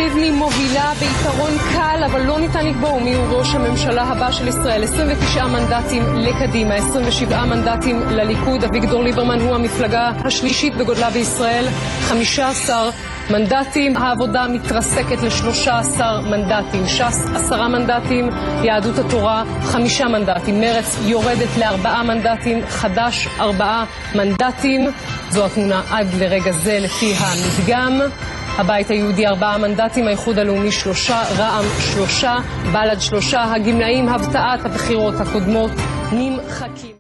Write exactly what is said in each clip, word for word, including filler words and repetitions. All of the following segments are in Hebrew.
לבני מובילה ביתרון קל, אבל לא ניתן לקבוע מי הוא ראש הממשלה הבא של ישראל. עשרים ותשעה מנדטים לקדימה, עשרים ושבעה מנדטים לליכוד. אביגדור ליברמן הוא המפלגה השלישית בגודלה בישראל, חמישה עשר מנדטים. העבודה מתרסקת ל-שלושה עשר מנדטים, ש"ס עשרה מנדטים, יהדות התורה חמישה מנדטים, מרצ יורדת לארבעה מנדטים, חד"ש ארבעה מנדטים. זו התמונה עד לרגע זה לפי המדגם. הבית היהודי ארבעה מנדטים, האיחוד הלאומי שלושה, רע"מ שלושה, בל"ד שלושה. הגמלאים הבטאת הבחירות הקודמות נמחקים.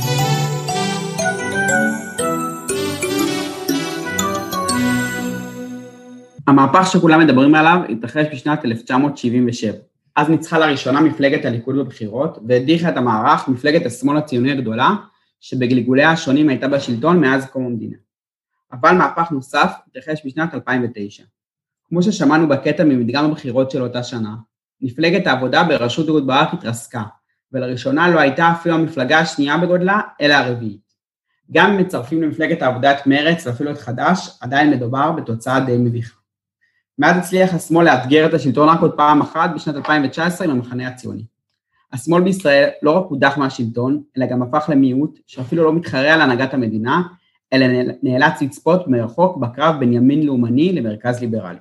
המהפך שכולם מדברים עליו התרחש בשנת אלף תשע מאות שבעים ושבע. אז ניצחה לראשונה מפלגת הליכוד בבחירות, והדיחה את המערך מפלגת השמאל הציוני הגדולה, שבגלגוליה השונים הייתה בשלטון מאז קום המדינה. אבל מהפך נוסף התרחש בשנת אלפיים ותשע. כמו ששמענו בקטע ממדגם הבחירות של אותה שנה, מפלגת העבודה בראשות אהוד ברק התרסקה, ולראשונה לא הייתה אפילו המפלגה השנייה בגודלה, אלא הרביעית. גם אם מצרפים למפלגת העבודה את מרצ ואפילו את חד"ש, עדיין מדובר בתוצאה די מביכה. מאז הצליח השמאל לאתגר את השלטון רק עוד פעם אחת בשנת אלפיים תשע עשרה עם המחנה הציוני. השמאל בישראל לא רק הודח מהשלטון, אלא גם הפך למיעוט שאפילו לא מתחרה על הנהגת המדינה, אלא נאלץ לצפות מרחוק בקרב בין ימין לאומני למרכז ליברלי.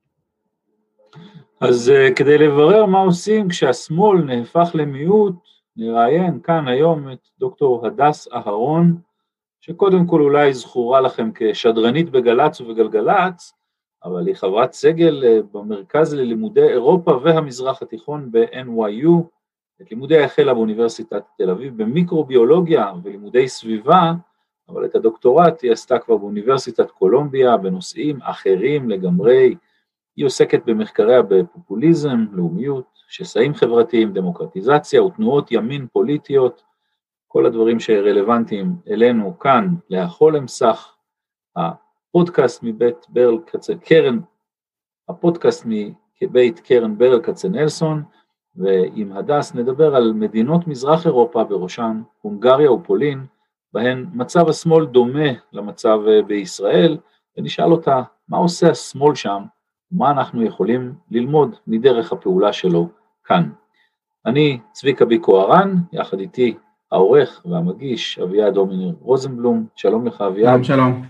אז uh, כדי לברר מה עושים כשהשמאל נהפך למיעוט, נראיין כאן היום את דוקטור הדס אהרון, שקודם כל אולי זכורה לכם כשדרנית בגלץ ובגלגלץ, אבל היא חברת סגל במרכז ללימודי אירופה והמזרח התיכון ב-אן וואי יו, את לימודי החלה באוניברסיטת תל אביב במיקרוביולוגיה ולימודי סביבה, אבל את הדוקטורט היא עשתה כבר באוניברסיטת קולומביה בנושאים אחרים לגמרי. היא עוסקת במחקריה בפופוליזם, לאומיות, שסעים חברתיים, דמוקרטיזציה ותנועות ימין פוליטיות, כל הדברים שרלוונטיים אלינו כאן לאכול אמסך. הפודקאסט מבית ברל קרן, הפודקאסט מבית קרן ברל כצנלסון, ועם הדס נדבר על מדינות מזרח אירופה בראשן הונגריה ופולין, בהן מצב השמאל דומה למצב בישראל, ונשאל אותה מה עושה השמאל שם, ומה אנחנו יכולים ללמוד מדרך הפעולה שלו כאן. אני צביקה ביקו הרן, יחד איתי העורך והמגיש אביעד דומיניר רוזנבלום. שלום לך אביעד. שלום שלום.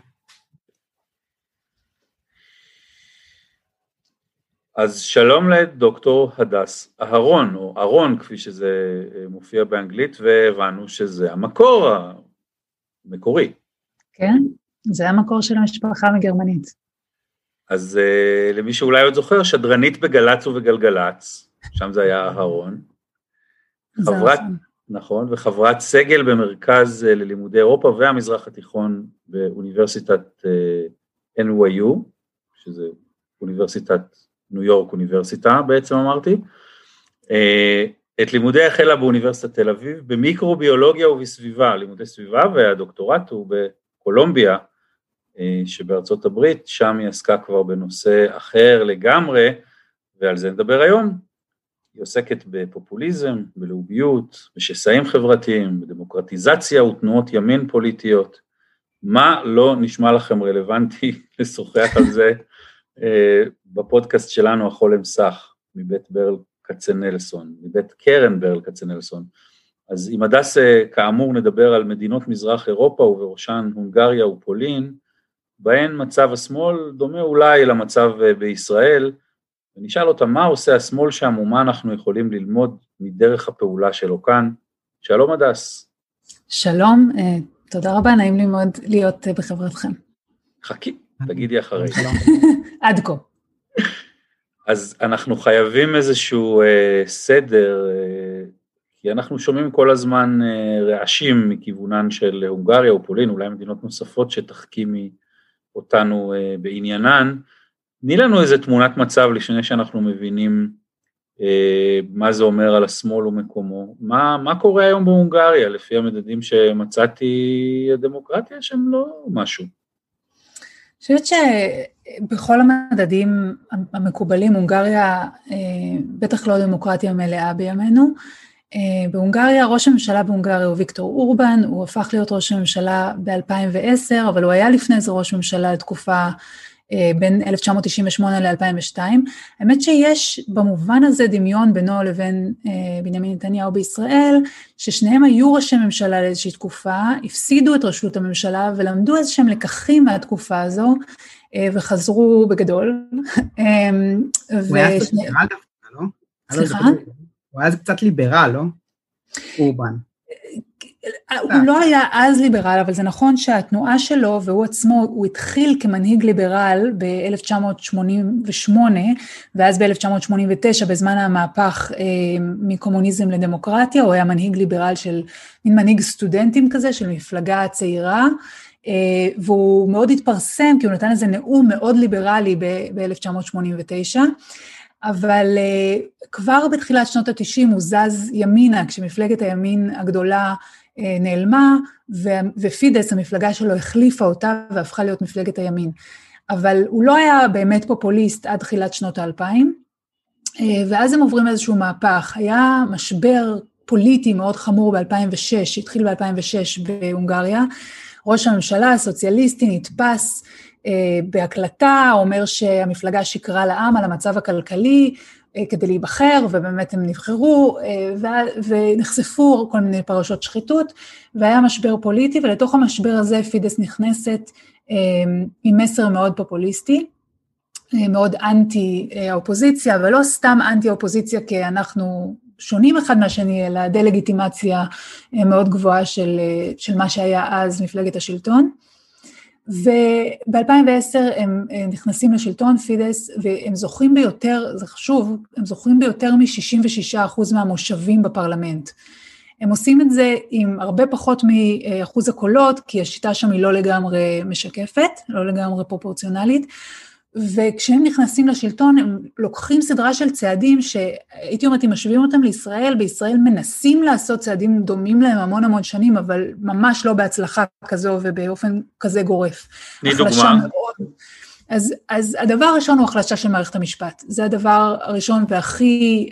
אז שלום לדוקטור הדס אהרון, או אהרון כפי שזה מופיע באנגלית, והבנו שזה המקור המקורי. כן, זה המקור של המשפחה מגרמנית. אז uh, למי שאולי עוד זוכר, שדרנית בגלץ ובגלגלץ, שם זה היה אהרון, חברת, נכון, וחברת סגל במרכז uh, ללימודי אירופה והמזרח התיכון באוניברסיטת אן וואי יו, שזה אוניברסיטת ניו יורק אוניברסיטה בעצם אמרתי, את לימודי החלה באוניברסיטת תל אביב, במיקרוביולוגיה ובסביבה, לימודי סביבה, והדוקטורט הוא בקולומביה, שבארצות הברית, שם היא עסקה כבר בנושא אחר לגמרי, ועל זה נדבר היום. היא עוסקת בפופוליזם, בלאומיות, בשסעים חברתיים, בדמוקרטיזציה ותנועות ימין פוליטיות. מה לא נשמע לכם רלוונטי לשוחח על זה, בפודקאסט שלנו אכול אמסך, מבית ברל כצנלסון, מבית קרן ברל כצנלסון. אז עם הדס כאמור נדבר על מדינות מזרח אירופה ובראשן הונגריה ופולין, בהן מצב השמאל דומה אולי למצב בישראל, ונשאל אותה מה עושה השמאל שם ומה אנחנו יכולים ללמוד מדרך הפעולה שלו כאן. שלום הדס. שלום, תודה רבה, נעים לי מאוד להיות בחברתכם. חכי. תגידי אחרי. עד כה. אז אנחנו חייבים איזשהו אה, סדר, אה, כי אנחנו שומעים כל הזמן אה, רעשים מכיוונן של הונגריה או פולין, אולי מדינות נוספות שתחכימי אותנו אה, בעניינן. תני לנו איזה תמונת מצב לפני שאנחנו מבינים אה, מה זה אומר על השמאל ומקומו. מה, מה קורה היום בהונגריה, לפי המדדים שמצאתי הדמוקרטיה שהם לא משהו? אני חושבת שבכל המדדים המקובלים, הונגריה בטח לא דמוקרטיה מלאה בימינו. בהונגריה, ראש הממשלה בהונגריה הוא ויקטור אורבן, הוא הפך להיות ראש הממשלה ב-אלפיים ועשר, אבל הוא היה לפני זה ראש ממשלה לתקופה בין אלף תשע מאות תשעים ושמונה ל-אלפיים ושתיים. האמת שיש במובן הזה דמיון בינו לבין בנימין נתניהו בישראל, ששניהם היו ראשי ממשלה לאיזושהי תקופה, הפסידו את ראשות הממשלה ולמדו איזשהם לקחים מהתקופה הזו, וחזרו בגדול. הוא היה קצת ליברל דווקא, לא? סליחה? הוא היה קצת ליברל, לא? אורבן. הוא לא היה אז ליברל, אבל זה נכון שהתנועה שלו, והוא עצמו, הוא התחיל כמנהיג ליברל ב-אלף תשע מאות שמונים ושמונה, ואז ב-אלף תשע מאות שמונים ותשע, בזמן המהפך מקומוניזם לדמוקרטיה, הוא היה מנהיג ליברל של, מין מנהיג סטודנטים כזה, של מפלגה צעירה, והוא מאוד התפרסם, כי הוא נתן איזה נאום מאוד ליברלי ב-אלף תשע מאות שמונים ותשע, אבל uh, כבר בתחילת שנות ה-תשעים הוא זז ימינה, כשמפלגת הימין הגדולה uh, נעלמה, ו- ופידס, המפלגה שלו, החליפה אותה והפכה להיות מפלגת הימין. אבל הוא לא היה באמת פופוליסט עד תחילת שנות האלפיים, uh, ואז הם עוברים איזשהו מהפך. היה משבר פוליטי מאוד חמור ב-אלפיים ושש, התחיל ב-אלפיים ושש בהונגריה, ראש הממשלה הסוציאליסטי נתפס, בהקלטה, אומר שהמפלגה שיקרה לעם על המצב הכלכלי כדי להיבחר, ובאמת הם נבחרו, ונחשפו כל מיני פרשות שחיתות, והיה משבר פוליטי, ולתוך המשבר הזה פידס נכנסת עם מסר מאוד פופוליסטי, מאוד אנטי האופוזיציה, אבל לא סתם אנטי האופוזיציה, כי אנחנו שונים אחד מהשני, אלא דה-לגיטימציה מאוד גבוהה של, של מה שהיה אז מפלגת השלטון, וב-אלפיים ועשר הם נכנסים לשלטון פידס, והם זוכים ביותר, זה חשוב, הם זוכים ביותר מ-שישים ושישה אחוז מהמושבים בפרלמנט. הם עושים את זה עם הרבה פחות מאחוז הקולות, כי השיטה שם היא לא לגמרי משקפת, לא לגמרי פרופורציונלית, וכשהם נכנסים לשלטון, הם לוקחים סדרה של צעדים שהייתי אומרת, אם משווים אותם לישראל, בישראל מנסים לעשות צעדים דומים להם המון המון שנים, אבל ממש לא בהצלחה כזו ובאופן כזה גורף. תני דוגמה. אז, אז הדבר הראשון הוא החלשה של מערכת המשפט. זה הדבר הראשון והכי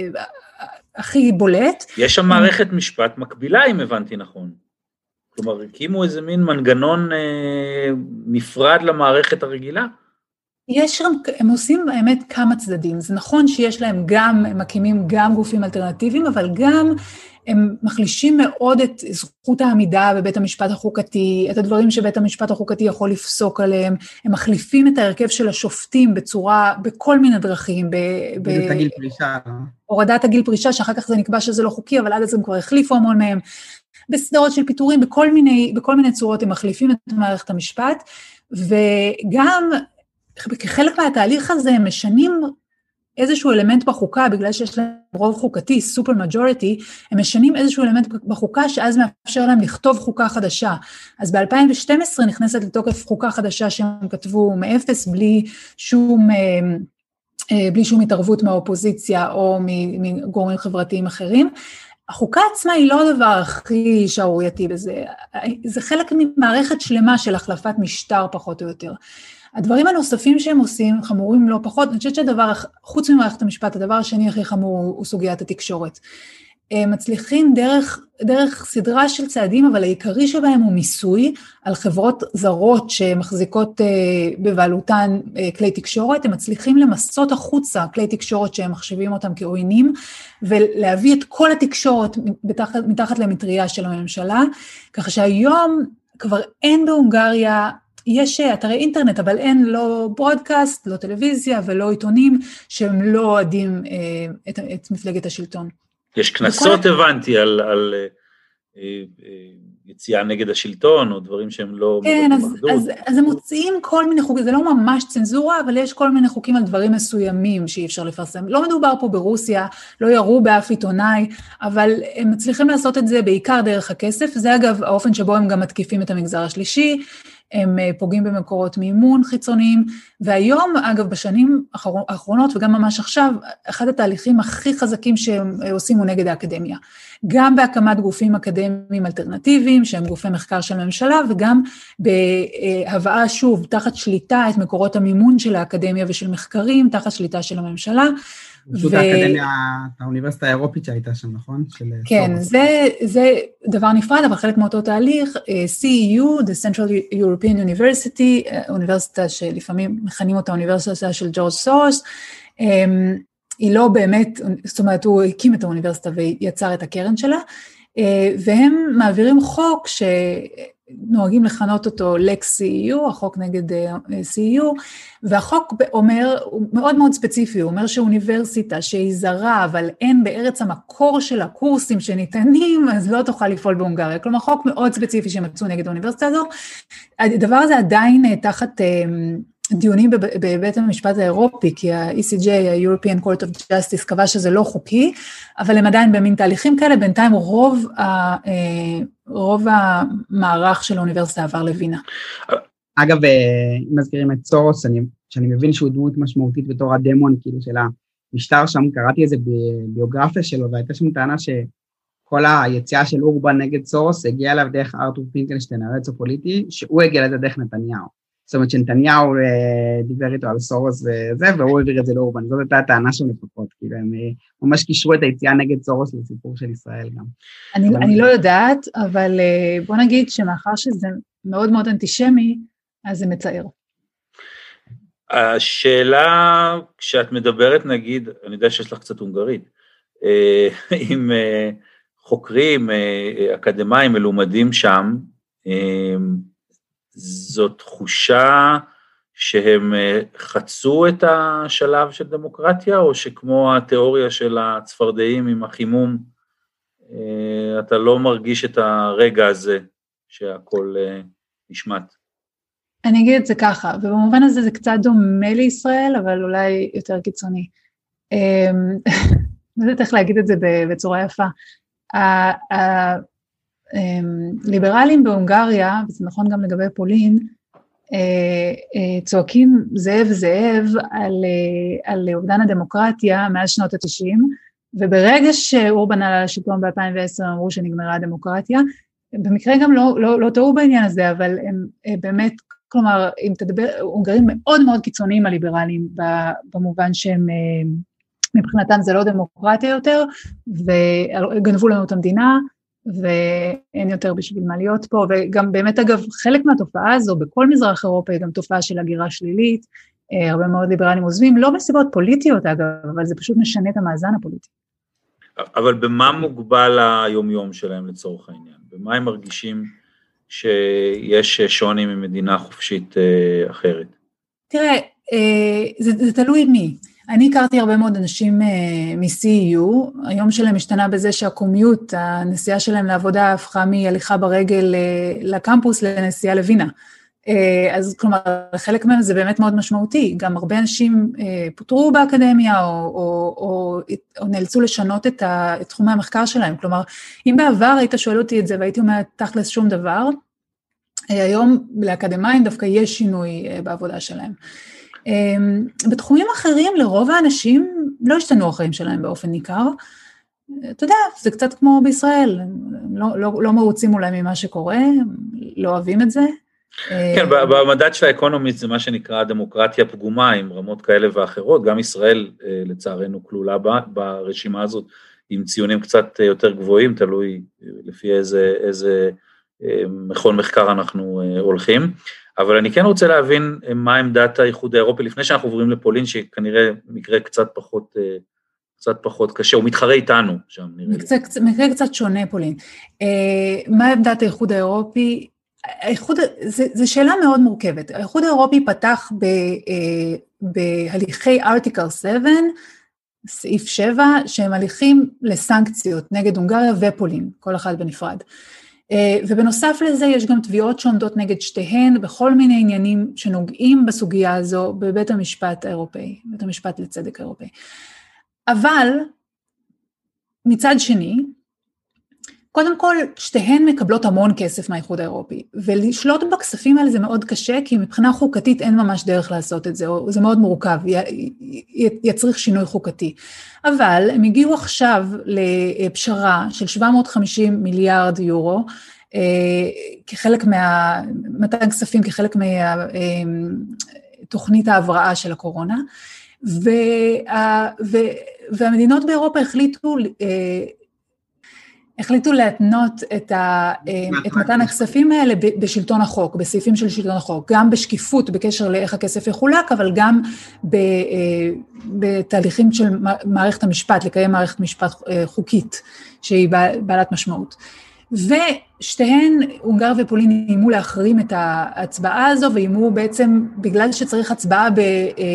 הכי בולט. יש שם מערכת משפט מקבילה, אם הבנתי נכון. כלומר, הקימו איזה מין מנגנון אה, נפרד למערכת הרגילה? יש, הם עושים באמת כמה צדדים, זה נכון שיש להם גם, הם מקימים גם גופים אלטרנטיביים, אבל גם הם מחלישים מאוד את זכות העמידה בבית המשפט החוקתי, את הדברים שבית המשפט החוקתי יכול לפסוק עליהם, הם מחליפים את ההרכב של השופטים בצורה, בכל מיני דרכים, הורדת הגיל פרישה. הורדת הגיל פרישה, שאחר כך זה נקבע שזה לא חוקי, אבל עד אז הם כבר החליפו המון מהם, בסדרות של פיטורים, בכל מיני, בכל מיני צורות הם מחליפים את מערכת המשפט, וגם כחלק מהתהליך הזה הם משנים איזשהו אלמנט בחוקה, בגלל שיש להם רוב חוקתי, סופר מג'וריטי, הם משנים איזשהו אלמנט בחוקה, שאז מאפשר להם לכתוב חוקה חדשה. אז ב-אלפיים ושתים עשרה נכנסת לתוקף חוקה חדשה שהם כתבו מאפס, בלי שום, בלי שום התערבות מהאופוזיציה, או מגורמים חברתיים אחרים. החוקה עצמה היא לא הדבר הכי שערורייתי בזה, זה חלק ממערכת שלמה של החלפת משטר פחות או יותר. הדברים הנוספים שהם עושים חמורים לא פחות, אני חושבת שהדבר, חוץ ממערכת המשפט, הדבר השני הכי חמור הוא סוגיית התקשורת. מצליחים דרך, דרך סדרה של צעדים, אבל העיקרי שבהם הוא מיסוי על חברות זרות שמחזיקות בבעלותן כלי תקשורת, הם מצליחים למסות החוצה כלי תקשורת שהם מחשבים אותם כעוינים, ולהביא את כל התקשורת מתחת, מתחת למטריה של הממשלה, כך שהיום כבר אין בהונגריה, יש אתרי אינטרנט, אבל אין לא ברודקאסט, לא טלוויזיה ולא עיתונים שהם לא אוהדים אה, את, את מפלגת השלטון. יש כנסות וכל... הבנתי על, על אה, אה, יציאה נגד השלטון, או דברים שהם לא... כן, אז, אז, אז הם מוצאים כל מיני חוקים, זה לא ממש צנזורה, אבל יש כל מיני חוקים על דברים מסוימים שאי אפשר לפרסם. לא מדובר פה ברוסיה, לא ירו באף עיתונאי, אבל הם מצליחים לעשות את זה בעיקר דרך הכסף, זה אגב האופן שבו הם גם מתקיפים את המגזר השלישי, הם פוגעים במקורות מימון חיצוניים, והיום, אגב, בשנים האחרונות, וגם ממש עכשיו, אחד התהליכים הכי חזקים שהם עושים הוא נגד האקדמיה. גם בהקמת גופים אקדמיים אלטרנטיביים, שהם גופי מחקר של הממשלה, וגם בהבאה שוב, תחת שליטה את מקורות המימון של האקדמיה ושל מחקרים, תחת שליטה של הממשלה, פשוט האקדמיה, האוניברסיטה האירופית שהייתה שם, נכון? כן, זה, זה דבר נפרד, אבל חלק מאותו תהליך, סי אי יו, The Central European University, אוניברסיטה שלפעמים מכנים אותה אוניברסיטה של ג'ורג' סורוס, היא לא באמת, זאת אומרת, הוא הקים את האוניברסיטה ויצר את הקרן שלה, והם מעבירים חוק שנוהגים לכנות אותו לקס סי אי יו, החוק נגד סי אי יו, והחוק אומר, הוא מאוד מאוד ספציפי, הוא אומר שאוניברסיטה שהיא זרה, אבל אין בארץ המקור של הקורסים שניתנים, אז לא תוכל לפעול בהונגריה. כלומר, חוק מאוד ספציפי שמצאו נגד האוניברסיטה הזו. הדבר הזה עדיין תחת דיונים בבית המשפט האירופי, כי ה-אי סי ג'יי, ה-European Court of Justice, קבע שזה לא חוקי, אבל הם עדיין במין תהליכים כאלה, בינתיים רוב, ה, רוב המערך של האוניברסיטה עבר לווינה. אגב, אם מזכירים את סורוס, אני, שאני מבין שהוא דמות משמעותית בתור הדמון, כאילו של המשטר שם, קראתי איזה ביוגרפיה שלו, והייתה שם טענה שכל היציאה של אורבן נגד סורוס, הגיעה אליו דרך ארתור פינקלשטיין, הרץ הפוליטי, שהוא הגיע לזה דרך נתניהו. זאת אומרת שנתניהו דיבר איתו על סורוס וזה, והוא העביר את זה לאורבן. זאת הייתה הטענה שם לפחות, כאילו הם ממש קישרו את היציאה נגד סורוס לסיפור של ישראל גם. אני, אני לא יודעת, אבל בוא נגיד שמאחר שזה מאוד מאוד אנטישמי, אז זה מצער. השאלה, כשאת מדברת נגיד, אני יודע שיש לך קצת הונגרית, עם חוקרים, אקדמיים מלומדים שם, זו תחושה שהם חצו את השלב של דמוקרטיה, או שכמו התיאוריה של הצפרדעים עם החימום, אתה לא מרגיש את הרגע הזה שהכל נשמט? אני אגיד את זה ככה, ובמובן הזה זה קצת דומה לישראל, אבל אולי יותר קיצוני. לא יודעת איך להגיד את זה בצורה יפה. ליברלים בהונגריה, וזה נכון גם לגבי פולין, צועקים זאב זאב על, על אובדן הדמוקרטיה מאז שנות ה-תשעים, וברגע שאורבן עלה לשלטון ב-אלפיים ועשר אמרו שנגמרה הדמוקרטיה, במקרה גם לא, לא, לא טעו בעניין הזה, אבל הם באמת, כלומר, אם תדבר, הונגרים מאוד מאוד קיצוניים הליברלים, במובן שהם, מבחינתם זה לא דמוקרטיה יותר, וגנבו לנו את המדינה, ואין יותר בשביל מה להיות פה, וגם באמת אגב חלק מהתופעה הזו, בכל מזרח אירופה, היא גם תופעה של הגירה שלילית, הרבה מאוד ליברלים עוזבים, לא מסיבות פוליטיות אגב, אבל זה פשוט משנה את המאזן הפוליטי. אבל במה מוגבל היומיום שלהם לצורך העניין? במה הם מרגישים שיש שוני ממדינה חופשית אחרת? תראה, זה, זה תלוי מי. אני הכרתי הרבה מאוד אנשים מ-סי אי יו, היום שלהם השתנה בזה שהקומיוט, הנסיעה שלהם לעבודה הפכה מהליכה ברגל לקמפוס לנסיעה לווינה. אז כלומר, חלק מהם זה באמת מאוד משמעותי, גם הרבה אנשים פוטרו באקדמיה, או, או, או, או נאלצו לשנות את, ה, את תחומי המחקר שלהם, כלומר, אם בעבר היית שואל אותי את זה, והייתי אומרת תכלס שום דבר, היום לאקדמיים דווקא יש שינוי בעבודה שלהם. בתחומים אחרים, לרוב האנשים לא השתנו החיים שלהם באופן ניכר, אתה יודע, זה קצת כמו בישראל, לא, לא, לא מרוצים אולי ממה שקורה, לא אוהבים את זה, כן, במדד של האקונומיסט זה מה שנקרא דמוקרטיה פגומה עם רמות כאלה ואחרות, גם ישראל לצערנו כלולה ברשימה הזאת עם ציונים קצת יותר גבוהים, תלוי לפי איזה, איזה מכון מחקר אנחנו הולכים, אבל אני כן רוצה להבין מה עמדת האיחוד האירופי, לפני שאנחנו עוברים לפולין, שכנראה מקרה קצת פחות, קצת פחות קשה, הוא מתחרה איתנו שם נראה לי. מקרה קצת שונה פולין. מה עמדת האיחוד האירופי? האיחוד, זה, זה שאלה מאוד מורכבת. האיחוד האירופי פתח ב, בהליכי ארטיקל שבע, סעיף שבע, שהם הליכים לסנקציות נגד הונגריה ופולין, כל אחד בנפרד. ובנוסף לזה יש גם תביעות שעומדות נגד שתיהן, בכל מיני עניינים שנוגעים בסוגיה הזו בבית המשפט האירופאי, בית המשפט לצדק האירופאי. אבל מצד שני, קודם כל, שתיהן מקבלות המון כסף מהאיחוד האירופי, ולשלוט בכספים האלה זה מאוד קשה, כי מבחינה חוקתית אין ממש דרך לעשות את זה, או זה מאוד מורכב, יצריך שינוי חוקתי. אבל הם הגיעו עכשיו לפשרה של שבע מאות וחמישים מיליארד יורו, כחלק מה, מתן כספים כחלק מתוכנית ההבראה של הקורונה, וה, ו, והמדינות באירופה החליטו, החליטו להתנות את, ה, את מתן הכספים האלה בשלטון החוק, בסעיפים של שלטון החוק, גם בשקיפות בקשר לאיך הכסף יחולק, אבל גם בתהליכים של מערכת המשפט, לקיים מערכת משפט חוקית, שהיא בעלת משמעות. ושתיהן, הונגריה ופולין, איימו להחרים את ההצבעה הזו, ואיימו בעצם, בגלל שצריך הצבעה ב...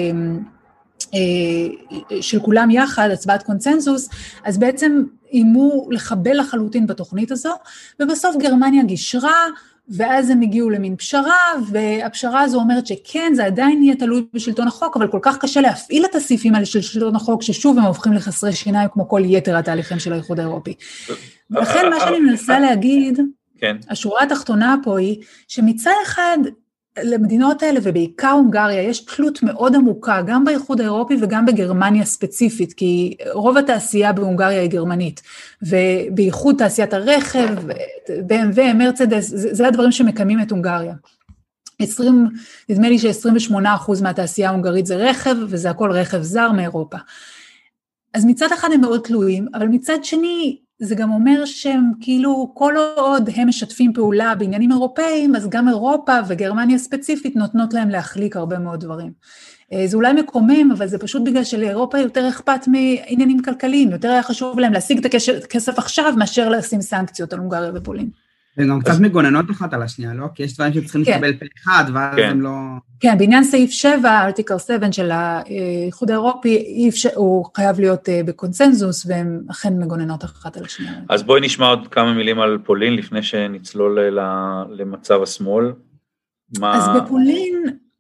של כולם יחד, הצבעת קונצנזוס, אז בעצם איימו לחבל לחלוטין בתוכנית הזו, ובסוף גרמניה גישרה, ואז הם הגיעו למין פשרה, והפשרה הזו אומרת שכן, זה עדיין יהיה תלוי בשלטון החוק, אבל כל כך קשה להפעיל את הסעיפים האלה של שלטון החוק, ששוב הם הופכים לחסרי שיניים, כמו כל יתר התהליכים של האיחוד האירופי. ולכן מה שאני מנסה להגיד, השורה התחתונה פה היא, שמצד אחד, למדינות האלה, ובעיקר הונגריה, יש תלות מאוד עמוקה, גם באיחוד האירופי וגם בגרמניה ספציפית, כי רוב התעשייה בהונגריה היא גרמנית, ובייחוד תעשיית הרכב, בי אם דאבליו, מרצדס, זה, זה הדברים שמקיימים את הונגריה. עשרים, נדמה לי ש-עשרים ושמונה אחוז מהתעשייה ההונגרית זה רכב, וזה הכל רכב זר מאירופה. אז מצד אחד הם מאוד תלויים, אבל מצד שני, זה גם אומר שהם כאילו, כל עוד הם משתפים פעולה בעניינים אירופאים, אז גם אירופה וגרמניה ספציפית נותנות להם להחליק הרבה מאוד דברים. זה אולי מקומם, אבל זה פשוט בגלל שלאירופה יותר אכפת מעניינים כלכליים, יותר היה חשוב להם להשיג את הכסף עכשיו, מאשר לשים סנקציות על הונגריה ופולין. וגם קצת מגוננות אחת על השנייה, לא? כי יש דברים שצריכים לקבל פה אחד, ואז הם לא... כן, בעניין סעיף שבע, ארטיקל שבע של האיחוד האירופי, הוא חייב להיות בקונצנזוס, והן אכן מגוננות אחת על השנייה. אז בואי נשמע עוד כמה מילים על פולין, לפני שנצלול למצב השמאל. אז בפולין,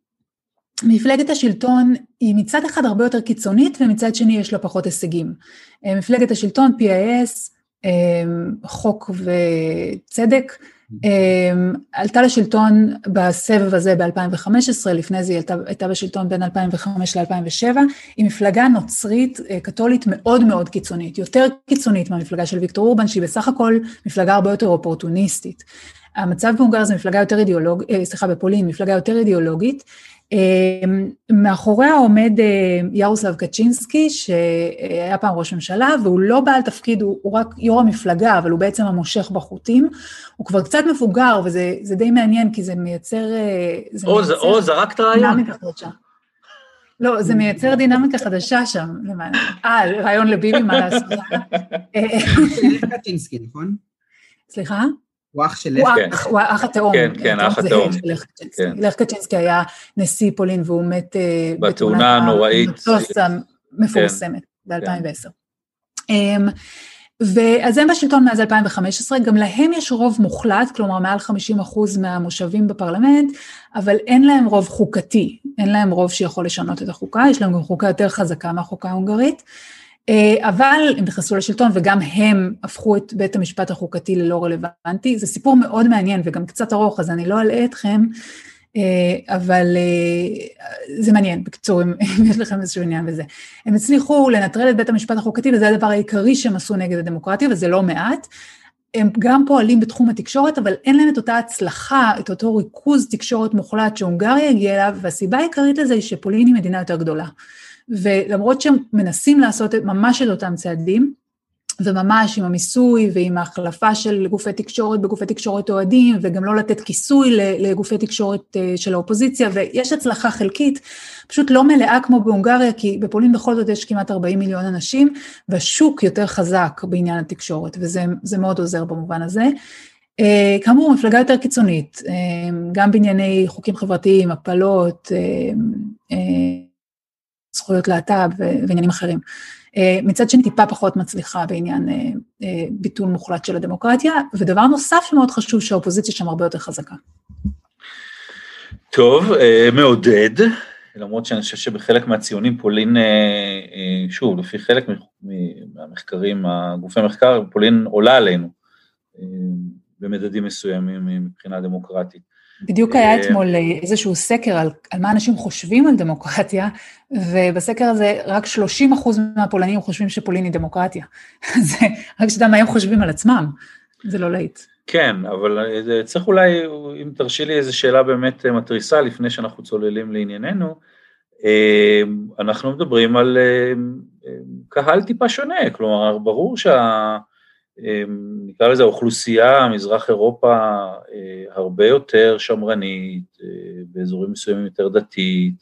מפלגת השלטון היא מצד אחד הרבה יותר קיצונית, ומצד שני יש לה פחות הישגים. מפלגת השלטון, פי איי אס, חוק וצדק, עלתה לשלטון בסבב הזה ב-אלפיים וחמש עשרה, לפני זה היא הייתה בשלטון בין אלפיים וחמש ל-אלפיים ושבע, היא מפלגה נוצרית קתולית מאוד מאוד קיצונית, יותר קיצונית מהמפלגה של ויקטור אורבן, שהיא בסך הכל מפלגה הרבה יותר אופורטוניסטית. המצב בהונגריה זה מפלגה יותר אידיאולוגית, סליחה, בפולין, מפלגה יותר אידיאולוגית, מאחוריה עומד ירוסלב קצ'ינסקי, שהיה פעם ראש ממשלה, והוא לא בעל תפקיד, הוא, הוא רק יו"ר המפלגה, אבל הוא בעצם המושך בחוטים, הוא כבר קצת מבוגר, וזה די מעניין, כי זה מייצר... זה או, מייצר זה, או, זה רק רעיון. לא, זה מייצר דינמיקה חדשה שם, למעלה. אה, רעיון לביבי, מה לעשות? קצ'ינסקי, נכון? סליחה? הוא אח של לך. הוא אח התאום. כן, כן, אח התאום. לך קצ'ינסקי היה נשיא פולין, והוא מת בתאונה הנוראית. מפורסמת, ב-אלפיים ועשר. ואז הם בשלטון מאז אלפיים וחמש עשרה, גם להם יש רוב מוחלט, כלומר מעל חמישים אחוז מהמושבים בפרלמנט, אבל אין להם רוב חוקתי, אין להם רוב שיכול לשנות את החוקה, יש להם גם חוקה יותר חזקה מהחוקה ההונגרית, אבל הם נכנסו לשלטון וגם הם הפכו את בית המשפט החוקתי ללא רלוונטי, זה סיפור מאוד מעניין וגם קצת ארוך, אז אני לא אלאה אתכם, אבל זה מעניין, בקצור, אם יש לכם איזשהו עניין בזה. הם הצליחו לנטרל את בית המשפט החוקתי, וזה הדבר העיקרי שהם עשו נגד הדמוקרטיה, וזה לא מעט. הם גם פועלים בתחום התקשורת, אבל אין להם את אותה הצלחה, את אותו ריכוז תקשורת מוחלט שהונגריה הגיעה אליו, והסיבה העיקרית לזה היא שפולין היא מדינה יותר גדולה. ולמרות שהם מנסים לעשות ממש את אותם צעדים, וממש עם המיסוי ועם ההחלפה של גופי תקשורת בגופי תקשורת אוהדים, וגם לא לתת כיסוי לגופי תקשורת של האופוזיציה, ויש הצלחה חלקית, פשוט לא מלאה כמו בהונגריה, כי בפולין בכל זאת יש כמעט ארבעים מיליון אנשים, והשוק יותר חזק בעניין התקשורת, וזה מאוד עוזר במובן הזה. כאמור, מפלגה יותר קיצונית, גם בענייני חוקים חברתיים, הפלות, זכויות להט"ב ועניינים אחרים. מצד שני טיפה פחות מצליחה בעניין ביטול מוחלט של הדמוקרטיה, ודבר נוסף שמאוד חשוב שהאופוזיציה שם הרבה יותר חזקה. טוב, מעודד, למרות שאני חושב שבחלק מהציונים פולין, שוב, לפי חלק מהמחקרים, גופי המחקר, פולין עולה עלינו, במדדים מסוימים מבחינה דמוקרטית. בדיוק היה אתמול איזשהו סקר על, על מה אנשים חושבים על דמוקרטיה, ובסקר הזה רק שלושים אחוז מהפולנים חושבים שפולין היא דמוקרטיה. זה רק שדם מה הם חושבים על עצמם, זה לא להיט. כן, אבל צריך אולי, אם תרשי לי איזו שאלה באמת מטריסה, לפני שאנחנו צוללים לענייננו, אנחנו מדברים על קהל טיפה שונה, כלומר, ברור שה... נקרא לזה, האוכלוסייה, מזרח אירופה, הרבה יותר שמרנית, באזורים מסוימים יותר דתית,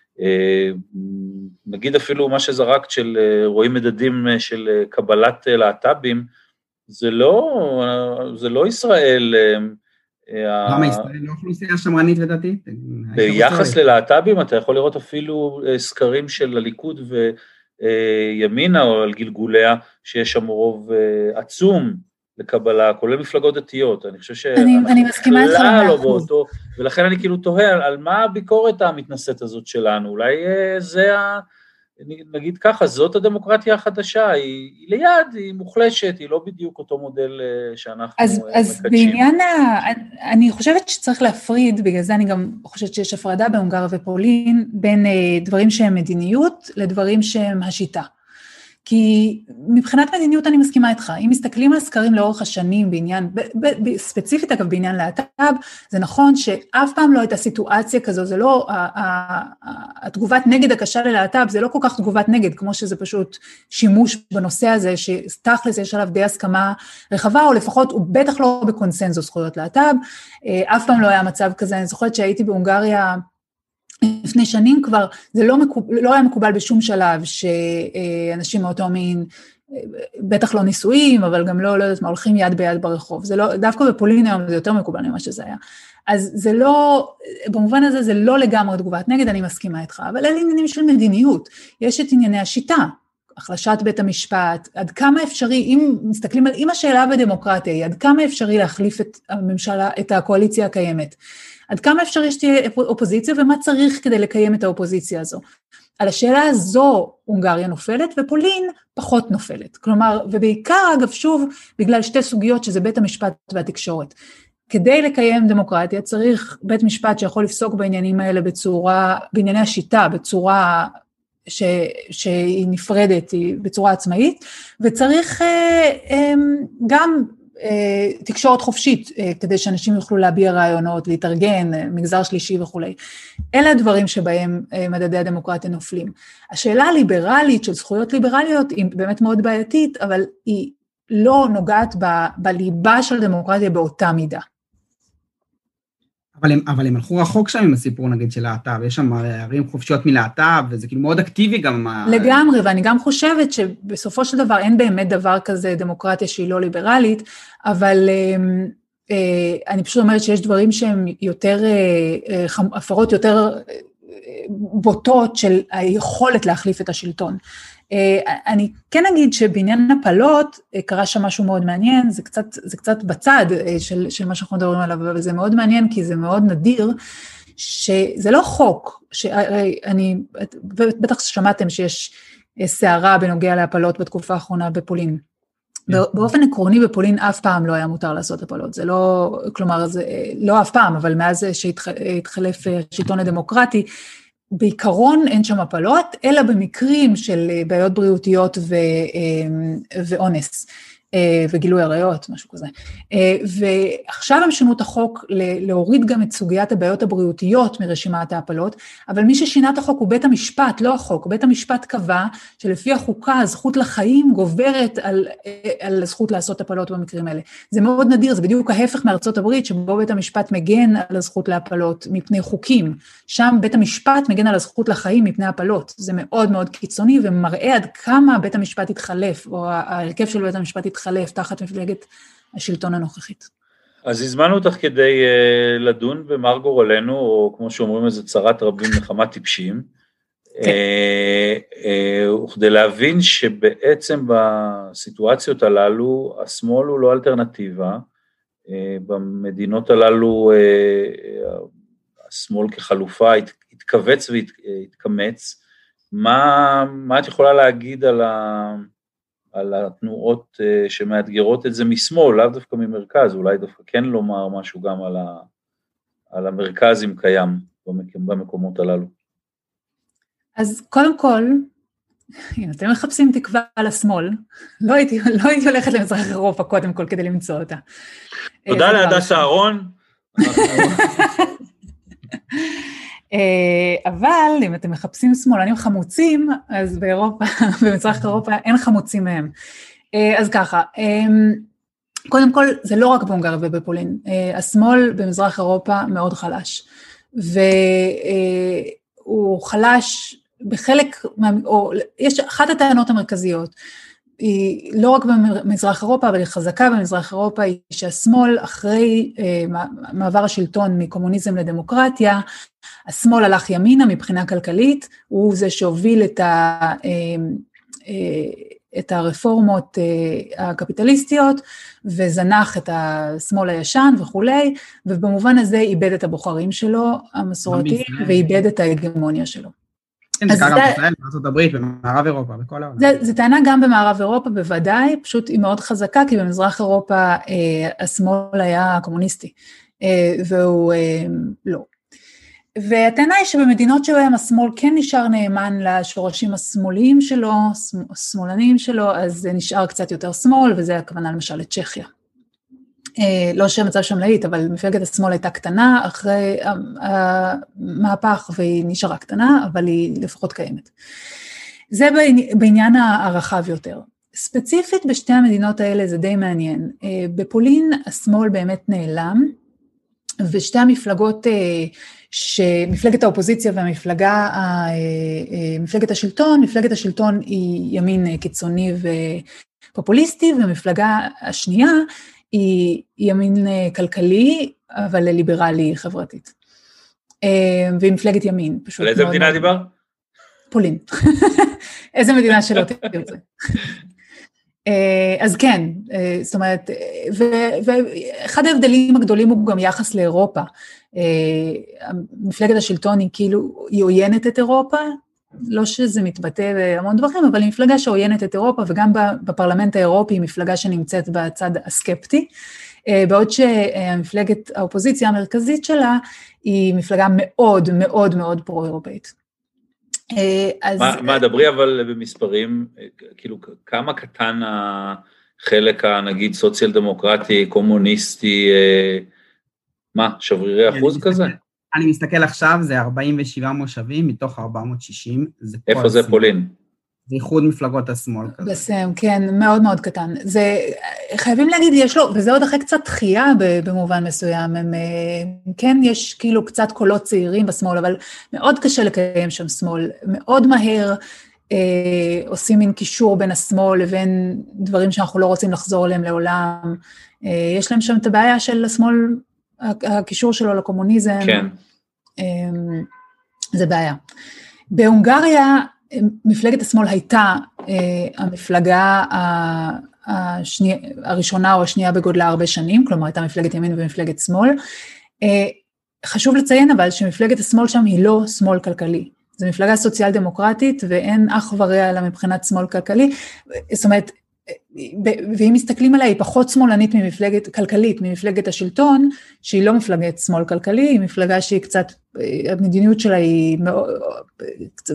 נגיד אפילו מה שזרקת של רואים מדדים של קבלת להט"בים, זה לא, זה לא ישראל. למה ישראל לא אוכלוסייה שמרנית ודתית? ביחס ללהט"בים אתה יכול לראות אפילו סקרים של הליכוד וימינה או על גלגוליה, שיש שם רוב עצום לקבלה, כולל מפלגות דתיות. אני חושב שאני מסכימה איתך לא באותו, ולכן אני כאילו תוהה על, על מה הביקורת המתנשאת הזאת שלנו, אולי זה ה... נגיד ככה, זאת הדמוקרטיה החדשה, היא, היא ליד, היא מוחלשת, היא לא בדיוק אותו מודל שאנחנו אז, מקדשים. אז בעניין, ה, אני חושבת שצריך להפריד, בגלל זה אני גם חושבת שיש הפרדה בהונגריה ופולין, בין דברים שהם מדיניות לדברים שהם השיטה. כי מבחינת מדיניות אני מסכימה איתך, אם מסתכלים על סקרים לאורך השנים בעניין, ב- ב- ספציפית אגב בעניין להט"ב, זה נכון שאף פעם לא הייתה סיטואציה כזו, זה לא, התגובת נגד הקשה ללהט"ב, זה לא כל כך תגובת נגד, כמו שזה פשוט שימוש בנושא הזה, שתכלס יש עליו די הסכמה רחבה, או לפחות הוא בטח לא בקונסנזוס זכויות להט"ב, אף פעם לא היה מצב כזה, אני זוכרת שהייתי בהונגריה, לפני שנים כבר, זה לא, מקובל, לא היה מקובל בשום שלב שאנשים מאותו מין, בטח לא נישואים, אבל גם לא, לא יודעת מה, הולכים יד ביד ברחוב. זה לא, דווקא בפולין היום זה יותר מקובל ממה שזה היה. אז זה לא, במובן הזה זה לא לגמרי תגובת נגד, אני מסכימה איתך, אבל אלה עניינים של מדיניות. יש את ענייני השיטה, החלשת בית המשפט, עד כמה אפשרי, אם מסתכלים על, אם השאלה בדמוקרטיה, עד כמה אפשרי להחליף את הממשלה, את הקואליציה הקיימת. עד כמה אפשר שתהיה אופוזיציה, ומה צריך כדי לקיים את האופוזיציה הזו. על השאלה הזו הונגריה נופלת, ופולין פחות נופלת. כלומר, ובעיקר אגב שוב, בגלל שתי סוגיות שזה בית המשפט והתקשורת. כדי לקיים דמוקרטיה צריך בית משפט שיכול לפסוק בעניינים האלה בצורה, בענייני השיטה, בצורה ש, שהיא נפרדת, היא בצורה עצמאית, וצריך גם תקשורת חופשית, כדי שאנשים יוכלו להביע רעיונות, להתארגן, מגזר שלישי וכו'. אלה הדברים שבהם מדדי הדמוקרטיה נופלים. השאלה הליברלית של זכויות ליברליות היא באמת מאוד בעייתית, אבל היא לא נוגעת ב, בליבה של דמוקרטיה באותה מידה. אבל הם, אבל הם הלכו רחוק שם עם הסיפור נגיד של להט"ב, יש שם ערים חופשיות מלהט"ב, וזה כאילו מאוד אקטיבי גם. לגמרי, ואני גם חושבת שבסופו של דבר אין באמת דבר כזה דמוקרטיה שהיא לא ליברלית, אבל אני פשוט אומרת שיש דברים שהם יותר, הפרות יותר בוטות של היכולת להחליף את השלטון. אני כן אגיד שבעניין הפלות קרה שם משהו מאוד מעניין, זה קצת, זה קצת בצד של, של מה שאנחנו מדברים עליו, אבל זה מאוד מעניין כי זה מאוד נדיר, שזה לא חוק, שאני, בטח שמעתם שיש סערה בנוגע להפלות בתקופה האחרונה בפולין. באופן עקרוני בפולין אף פעם לא היה מותר לעשות הפלות, זה לא, כלומר, זה לא אף פעם, אבל מאז שהתחלף השלטון הדמוקרטי, בעיקרון אין שם הפלות, אלא במקרים של בעיות בריאותיות ו, ואונס, וגילוי עריות, משהו כזה. ועכשיו הם שינו את החוק להוריד גם את סוגיית הבעיות הבריאותיות מרשימת ההפלות, אבל מי ששינה את החוק הוא בית המשפט, לא החוק. בית המשפט קבע שלפי החוקה הזכות לחיים גוברת על, על הזכות לעשות הפלות במקרים האלה. זה מאוד נדיר, זה בדיוק ההפך מארצות הברית, שבו בית המשפט מגן על הזכות להפלות מפני חוקים. שם בית המשפט מגן על הזכות לחיים מפני הפלות. זה מאוד מאוד קיצוני ומראה עד כמה בית המשפט התחלף, או ההרכב של בית המשפט התחלף, חלף תחת מפלגת השלטון הנוכחית. אז הזמנו אותך כדי uh, לדון במר גורלנו, או כמו שאומרים איזה צרת רבים נחמת טיפשים, כן. uh, uh, וכדי להבין שבעצם בסיטואציות הללו, השמאל הוא לא אלטרנטיבה, uh, במדינות הללו uh, השמאל כחלופה הת, התכווץ והתקמץ, מה, מה את יכולה להגיד על ה... על התנועות שמאתגרות את זה משמאל, לאו דווקא ממרכז, אולי דווקא כן לומר משהו גם על, ה, על המרכז אם קיים במקומות הללו. אז קודם כל, אם אתם מחפשים תקווה על השמאל, לא הייתי, לא הייתי הולכת למזרח אירופה קודם כל כדי למצוא אותה. תודה להדס אהרון. אבל אם אתם מחפשים שמאלנים חמוצים, אז באירופה, במזרח אירופה, אין חמוצים מהם. אז ככה, קודם כל, זה לא רק בהונגריה ובפולין, השמאל במזרח אירופה מאוד חלש, והוא חלש בחלק, או יש אחת הטענות המרכזיות, היא לא רק במזרח אירופה, אבל היא חזקה במזרח אירופה, היא שהשמאל אחרי מעבר השלטון מקומוניזם לדמוקרטיה, השמאל הלך ימינה מבחינה כלכלית, הוא זה שהוביל את ה... את הרפורמות הקפיטליסטיות, וזנח את השמאל הישן וכולי, ובמובן הזה איבד את הבוחרים שלו, המסורתיים, ואיבד את ההגמוניה שלו. כן, זה קרה בישראל, בארצות הברית, במערב אירופה, בכל העולם. זה טענה גם במערב אירופה, בוודאי, פשוט היא מאוד חזקה, כי במזרח אירופה השמאל היה קומוניסטי, והוא לא. והטענה היא שבמדינות שבהם השמאל כן נשאר נאמן לשורשים השמאליים שלו, השמאלניים שלו, אז זה נשאר קצת יותר שמאל, וזה הכוונה למשל לצ'כיה. לא שהמצב שם להיט, אבל מפלגת השמאל הייתה קטנה אחרי המהפך, והיא נשארה קטנה, אבל היא לפחות קיימת. זה בעניין הרחב יותר. ספציפית בשתי המדינות האלה זה די מעניין. בפולין השמאל באמת נעלם, ושתי המפלגות שמפלגת האופוזיציה והמפלגה, מפלגת השלטון, מפלגת השלטון היא ימין קיצוני ופופוליסטי, ומפלגה השנייה היא ימין כלכלי, אבל ליברלי חברתית. והיא מפלגת ימין. על איזה מדינה דיבר? פולין. איזה מדינה שלא תרצה. אז כן, זאת אומרת, ואחד ההבדלים הגדולים הוא גם יחס לאירופה. מפלגת השלטון היא כאילו, היא עוינת את אירופה, לא שזה מתבטא בהמון דברים, אבל היא מפלגה שעוינת את אירופה, וגם בפרלמנט האירופי היא מפלגה שנמצאת בצד הסקפטי, בעוד שמפלגת האופוזיציה המרכזית שלה, היא מפלגה מאוד מאוד מאוד פרו-אירופאית. מה דברי אבל במספרים, כאילו כמה קטן החלק הנגיד סוציאל דמוקרטי, קומוניסטי, מה, שברירי אחוז כזה? אני מסתכל עכשיו, זה ארבעים ושבעה מושבים מתוך ארבע מאות ושישים. איפה זה פולין? זה איחוד מפלגות השמאל כזה. בסדר, כן, מאוד מאוד קטן. זה, חייבים להגיד, יש לו, וזה עוד אחרי קצת דחייה במובן מסוים, הם, כן, יש כאילו קצת קולות צעירים בשמאל, אבל מאוד קשה לקיים שם שמאל, מאוד מהר אה, עושים מין קישור בין השמאל לבין דברים שאנחנו לא רוצים לחזור אליהם לעולם. אה, יש להם שם את הבעיה של השמאל, הקישור שלו לקומוניזם. כן. אה, זה בעיה. בהונגריה, מפלגת השמאל הייתה אה, המפלגה השני, הראשונה או השנייה בגודלה הרבה שנים, כלומר הייתה מפלגת ימין ומפלגת שמאל. אה, חשוב לציין אבל שמפלגת השמאל שם היא לא שמאל כלכלי, זו מפלגה סוציאל דמוקרטית ואין אח ורע לה מבחינת שמאל כלכלי, זאת אומרת, ואם מסתכלים עליה היא פחות שמאלנית ממפלגת כלכלית, ממפלגת השלטון, שהיא לא מפלגת שמאל כלכלי, היא מפלגה שהיא קצת, המדיניות שלה היא מאוד, קצת,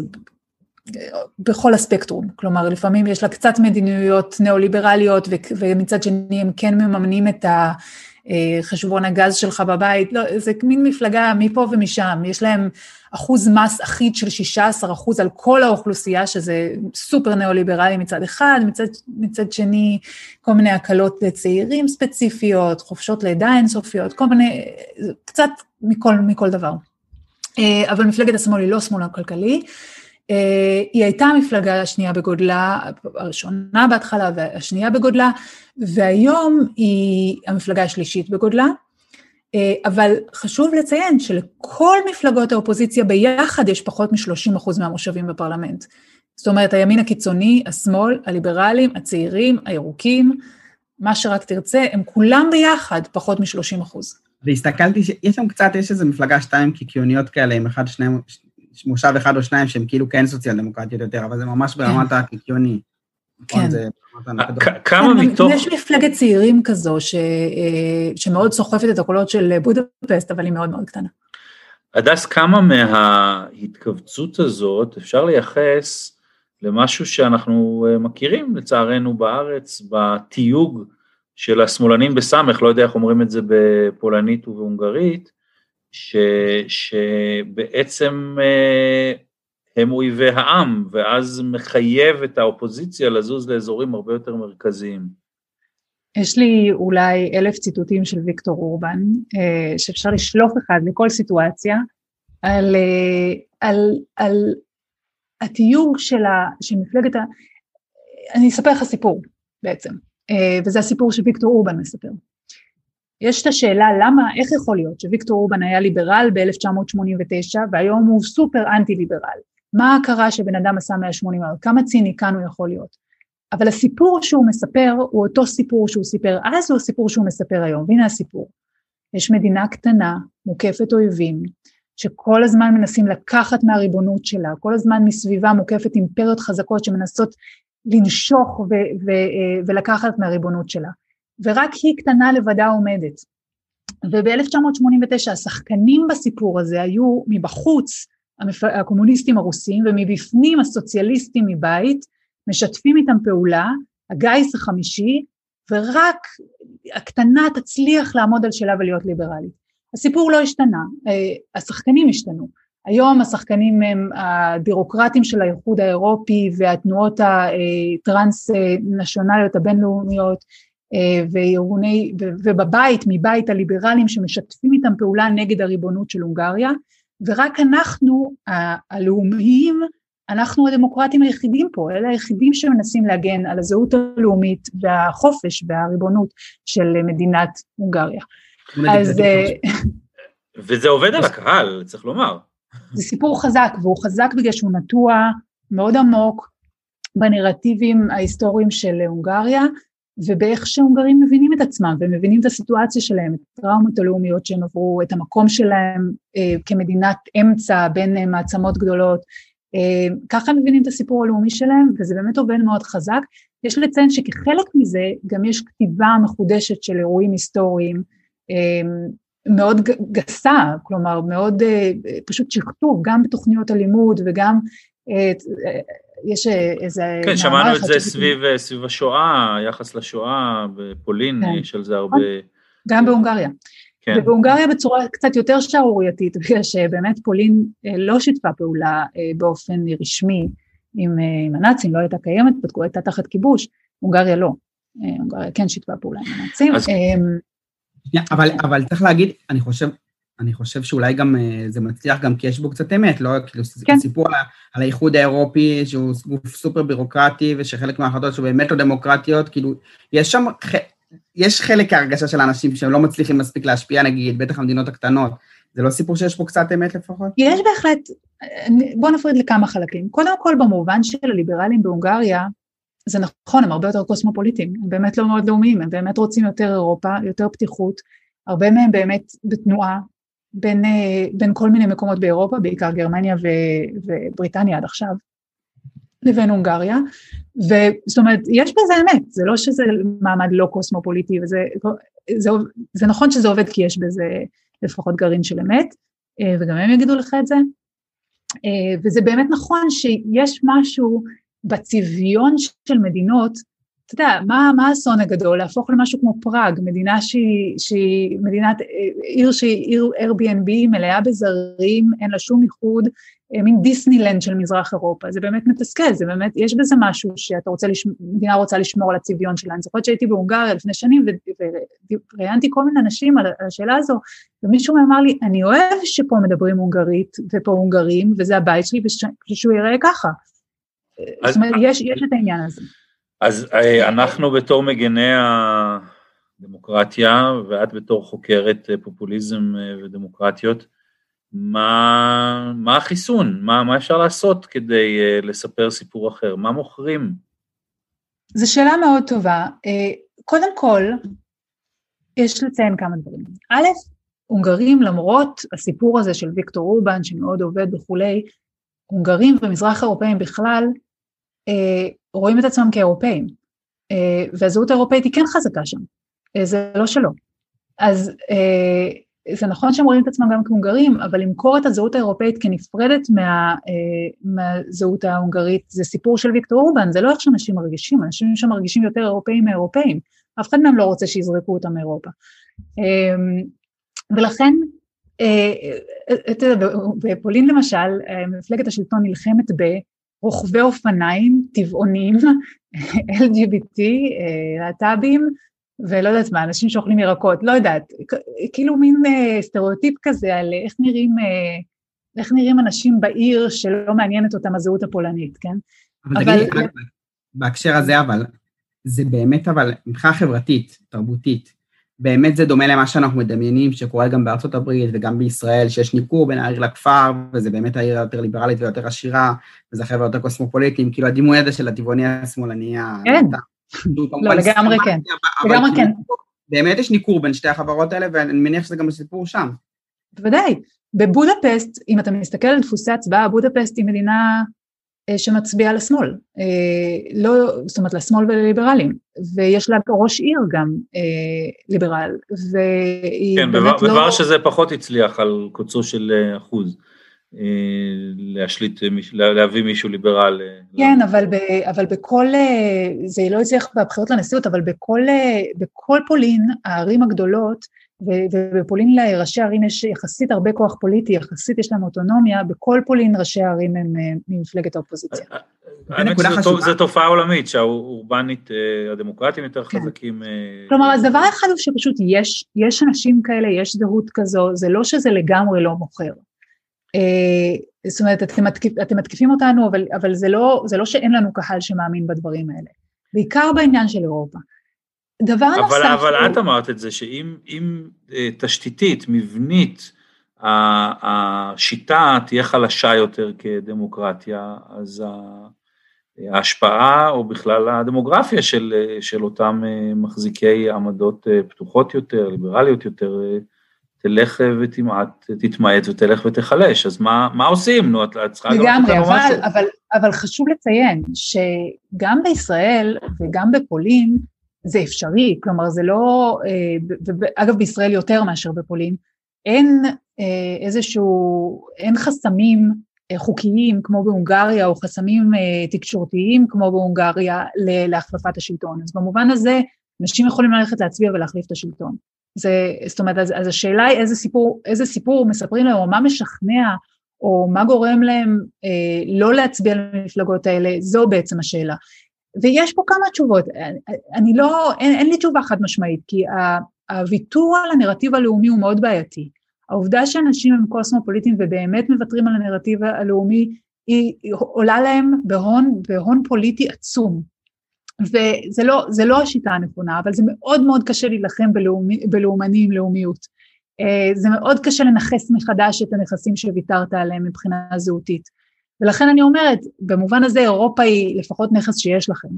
בכל הספקטרום, כלומר לפעמים יש לה קצת מדיניות ניאו-ליברליות, ומצד שני הם כן מממנים את חשבון הגז שלך בבית, לא, זה מין מפלגה מפה ומשם, יש להם אחוז מס אחיד של שישה עשר אחוז על כל האוכלוסייה, שזה סופר ניאו-ליברלי מצד אחד, מצד, מצד שני כל מיני הקלות לצעירים ספציפיות, חופשות לידה אינסופיות, כל מיני, קצת מכל, מכל דבר. אבל מפלגת השמאל היא לא שמאל כלכלי, היא הייתה המפלגה השנייה בגודלה, הראשונה בהתחלה והשנייה בגודלה, והיום היא המפלגה השלישית בגודלה, אבל חשוב לציין שלכל מפלגות האופוזיציה ביחד יש פחות מ-שלושים אחוז מהמושבים בפרלמנט. זאת אומרת, הימין הקיצוני, השמאל, הליברלים, הצעירים, הירוקים, מה שרק תרצה, הם כולם ביחד פחות מ-שלושים אחוז. והסתכלתי, יש שם קצת, יש איזו מפלגה שתיים קיקיוניות כאלה, עם אחד, שניים, מושב אחד או שניים שהם כאילו כן סוציאל דמוקרטיות יותר, אבל זה ממש ברמת הקיקיוני. כן. כמה מתוך... יש מפלגת צעירים כזו שמאוד סוחפת את הקולות של בודפסט, אבל היא מאוד מאוד קטנה. הדס, כמה מההתכווצות הזאת אפשר לייחס למשהו שאנחנו מכירים לצערנו בארץ, בתיוג של השמאלנים בסמך, לא יודע איך אומרים את זה בפולנית ובהונגרית, ש, שבעצם הם אויבי העם, ואז מחייב את האופוזיציה לזוז לאזורים הרבה יותר מרכזיים. יש לי אולי אלף ציטוטים של ויקטור אורבן, שאפשר לשלוף אחד לכל סיטואציה, על, על, על התיוג של, ה, של מפלגת ה... אני אספר לך סיפור בעצם, וזה הסיפור שוויקטור אורבן מספר. יש את השאלה למה, איך יכול להיות שוויקטור אורבן היה ליברל ב-אלף תשע מאות שמונים ותשע, והיום הוא סופר אנטי-ליברל. מה קרה שבן אדם עשה מאה ושמונים מעלות? כמה ציניקן הוא יכול להיות? אבל הסיפור שהוא מספר הוא אותו סיפור שהוא סיפר אז, הוא הסיפור שהוא מספר היום. והנה הסיפור. יש מדינה קטנה, מוקפת אויבים, שכל הזמן מנסים לקחת מהריבונות שלה, כל הזמן מסביבה מוקפת אימפריות חזקות שמנסות לנשוך ו- ו- ולקחת מהריבונות שלה. ורק היא קטנה לבדה עומדת. וב-אלף תשע מאות שמונים ותשע השחקנים בסיפור הזה היו מבחוץ הקומוניסטים הרוסים, ומבפנים הסוציאליסטים מבית, משתפים איתם פעולה, הגייס החמישי, ורק הקטנה תצליח לעמוד על שלה ולהיות ליברלית. הסיפור לא השתנה, השחקנים השתנו. היום השחקנים הם הבירוקרטים של האיחוד האירופי, והתנועות הטרנס-נשיונליות הבינלאומיות, וארגוני, ובבית, מבית הליברלים שמשתפים איתם פעולה נגד הריבונות של הונגריה, ורק אנחנו, הלאומיים, אנחנו הדמוקרטים היחידים פה, אלה היחידים שמנסים להגן על הזהות הלאומית והחופש והריבונות של מדינת הונגריה. אז... וזה עובד על הקהל, צריך לומר. זה סיפור חזק, והוא חזק בגלל שהוא נטוע מאוד עמוק בנרטיבים ההיסטוריים של הונגריה, ובאיך שהונגרים מבינים את עצמם, ומבינים את הסיטואציה שלהם, את הטראומות הלאומיות שהם עברו, את המקום שלהם אה, כמדינת אמצע בין אה, מעצמות גדולות, אה, ככה הם מבינים את הסיפור הלאומי שלהם, וזה באמת עובד מאוד חזק. יש לציין שכחלק מזה, גם יש כתיבה מחודשת של אירועים היסטוריים, אה, מאוד גסה, כלומר, מאוד אה, פשוט שכתוב, גם בתוכניות הלימוד, וגם... אה, יש איזה... כן, שמענו את זה סביב, סביב השואה, היחס לשואה, בפולין, כן. יש על זה הרבה... גם בהונגריה. כן. ובהונגריה בצורה קצת יותר שערורייתית, בגלל שבאמת פולין לא שיתפה פעולה באופן רשמי עם, עם הנאצים, לא הייתה קיימת, הייתה תחת כיבוש, הונגריה לא. הונגריה כן שיתפה פעולה עם הנאצים. אז... אבל, אבל צריך להגיד, אני חושב... אני חושב שאולי גם זה מצליח גם כי יש בו קצת אמת, לא? כאילו כן. סיפור על, על האיחוד האירופי, שהוא גוף סופר בירוקרטי, ושחלק מההחלטות שהוא באמת לא דמוקרטיות, כאילו, יש שם, יש חלק ההרגשה של האנשים שהם לא מצליחים מספיק להשפיע, נגיד, בטח המדינות הקטנות. זה לא סיפור שיש פה קצת אמת לפחות? יש בהחלט, בוא נפריד לכמה חלקים. קודם כל, במובן של הליברלים בהונגריה, זה נכון, הם הרבה יותר קוסמופוליטיים, הם באמת לא מאוד לאומיים, הם באמת רוצים יותר אירופה, יותר פתיחות, הרבה מהם באמת בתנועה, בין, בין כל מיני מקומות באירופה, בעיקר גרמניה ו, ובריטניה עד עכשיו, לבין הונגריה, וזאת אומרת, יש בזה אמת, זה לא שזה מעמד לא קוסמופוליטי, וזה, זה, זה נכון שזה עובד כי יש בזה לפחות גרעין של אמת, וגם הם יגידו לך את זה, וזה באמת נכון שיש משהו בצביון של מדינות, אתה יודע, מה, מה האסון הגדול? להפוך למשהו כמו פראג, מדינה שהיא, שהיא מדינת, עיר שהיא עיר Airbnb, מלאה בזרים, אין לה שום ייחוד, מין דיסנילנד של מזרח אירופה, זה באמת מתסכל, זה באמת, יש בזה משהו שאתה רוצה, מדינה רוצה לשמור על הצביון שלה. אני זוכרת שהייתי בהונגריה לפני שנים, וראיינתי כל מיני אנשים על השאלה הזו, ומישהו אמר לי, אני אוהב שפה מדברים הונגרית, ופה הונגרים, וזה הבית שלי, ושהוא יראה ככה. זאת אומרת, יש, יש את העניין הזה. אז אנחנו בתור מגני הדמוקרטיה, ואת בתור חוקרת פופוליזם ודמוקרטיות, מה, מה החיסון? מה, מה אפשר לעשות כדי לספר סיפור אחר? מה מוכרים? זו שאלה מאוד טובה. קודם כל, יש לציין כמה דברים. א', הונגרים, למרות הסיפור הזה של ויקטור אורבן, שמאוד עובד וכולי, הונגרים ומזרח אירופאים בכלל, רואים את עצמם כאירופאים, והזהות האירופאית היא כן חזקה שם, זה לא שלא. אז זה נכון שהם רואים את עצמם גם כהונגרים, אבל למכור את הזהות האירופאית כנפרדת מה, מהזהות ההונגרית, זה סיפור של ויקטור אורבן, זה לא איך שאנשים מרגישים, אנשים שמרגישים יותר אירופאים מאירופאים, אף אחד מהם לא רוצה שיזרקו אותם מאירופה. ולכן בפולין למשל, מפלגת השלטון נלחמת ברוכבי אופניים, טבעונים, אל ג'י בי טי, להט"בים, ולא יודעת מה, אנשים שאוכלים ירקות, לא יודעת, כאילו מין סטריאוטיפ כזה על איך נראים, איך נראים אנשים בעיר שלא מעניינת אותם הזהות הפולנית, כן? אבל תגידי, בהקשר הזה, אבל זה באמת, אבל מבחינה חברתית, תרבותית, באמת זה דומה למה שאנחנו מדמיינים, שקורה גם בארצות הברית וגם בישראל, שיש ניכור בין העיר לכפר, וזה באמת העיר יותר ליברלית ויותר עשירה, וזה חבר'ה יותר קוסמופוליטיים, כאילו הדימוי הזה של הטבעוני השמאלני. כן, לא, לגמרי כן, לגמרי כן. באמת יש ניכור בין שתי החברות האלה, ואני מניח שזה גם סיפור שם. בוודאי, בבודפסט, אם אתה מסתכל על דפוסי הצבעה, בודפסט היא מדינה שמצביעה לשמאל, לא, זאת אומרת, לשמאל ולליברלים, ויש לה ראש עיר גם ליברל, והיא כן, באמת לא... בבר שזה פחות הצליח על קוצו של אחוז, להשליט, להביא מישהו ליברל. כן, אבל, ב, אבל בכל, זה לא הצליח בבחירות לנשיאות, אבל בכל, בכל פולין, הערים הגדולות, ובפולין לראשי הערים יש יחסית הרבה כוח פוליטי, יחסית יש להם אוטונומיה, בכל פולין ראשי הערים הם ממפלגת האופוזיציה. האמת שזו תופעה עולמית, שהאורבנית, הדמוקרטים יותר חזקים. כלומר, אז דבר אחד הוא שפשוט יש, יש אנשים כאלה, יש זהות כזו, זה לא שזה לגמרי לא מוכר. זאת אומרת, אתם, מתקיפ, אתם מתקיפים אותנו, אבל, אבל זה לא, זה לא שאין לנו קהל שמאמין בדברים האלה. בעיקר בעניין של אירופה. דבר אבל, נוסף... אבל הוא... את אמרת את זה, שאם אם, תשתיתית, מבנית, השיטה תהיה חלשה יותר כדמוקרטיה, אז ההשפעה, או בכלל הדמוגרפיה של, של אותם מחזיקי עמדות פתוחות יותר, ליברליות יותר, תלך ותמעט, תתמעט ותלך ותחלש, אז מה, מה עושים? נו, את צריכה גם לגמרי, אבל, אבל, אבל חשוב לציין שגם בישראל וגם בפולין זה אפשרי, כלומר זה לא, אגב בישראל יותר מאשר בפולין, אין איזשהו, אין חסמים חוקיים כמו בהונגריה, או חסמים תקשורתיים כמו בהונגריה להחלפת השלטון, אז במובן הזה אנשים יכולים ללכת להצביע ולהחליף את השלטון. זה, זאת אומרת, אז, אז השאלה היא איזה סיפור, איזה סיפור מספרים להם, או מה משכנע, או מה גורם להם אה, לא להצביע למפלגות האלה, זו בעצם השאלה. ויש פה כמה תשובות, אני לא, אין, אין לי תשובה חד משמעית, כי הוויתור על הנרטיב הלאומי הוא מאוד בעייתי. העובדה שאנשים הם קוסמופוליטיים ובאמת מוותרים על הנרטיב הלאומי, היא, היא עולה להם בהון, בהון פוליטי עצום. וזה לא, זה לא השיטה הנכונה, אבל זה מאוד מאוד קשה להילחם בלאומי, בלאומנים, לאומיות. זה מאוד קשה לנחס מחדש את הנכסים שוויתרת עליהם מבחינה זהותית. ולכן אני אומרת, במובן הזה אירופה היא לפחות נכס שיש לכם.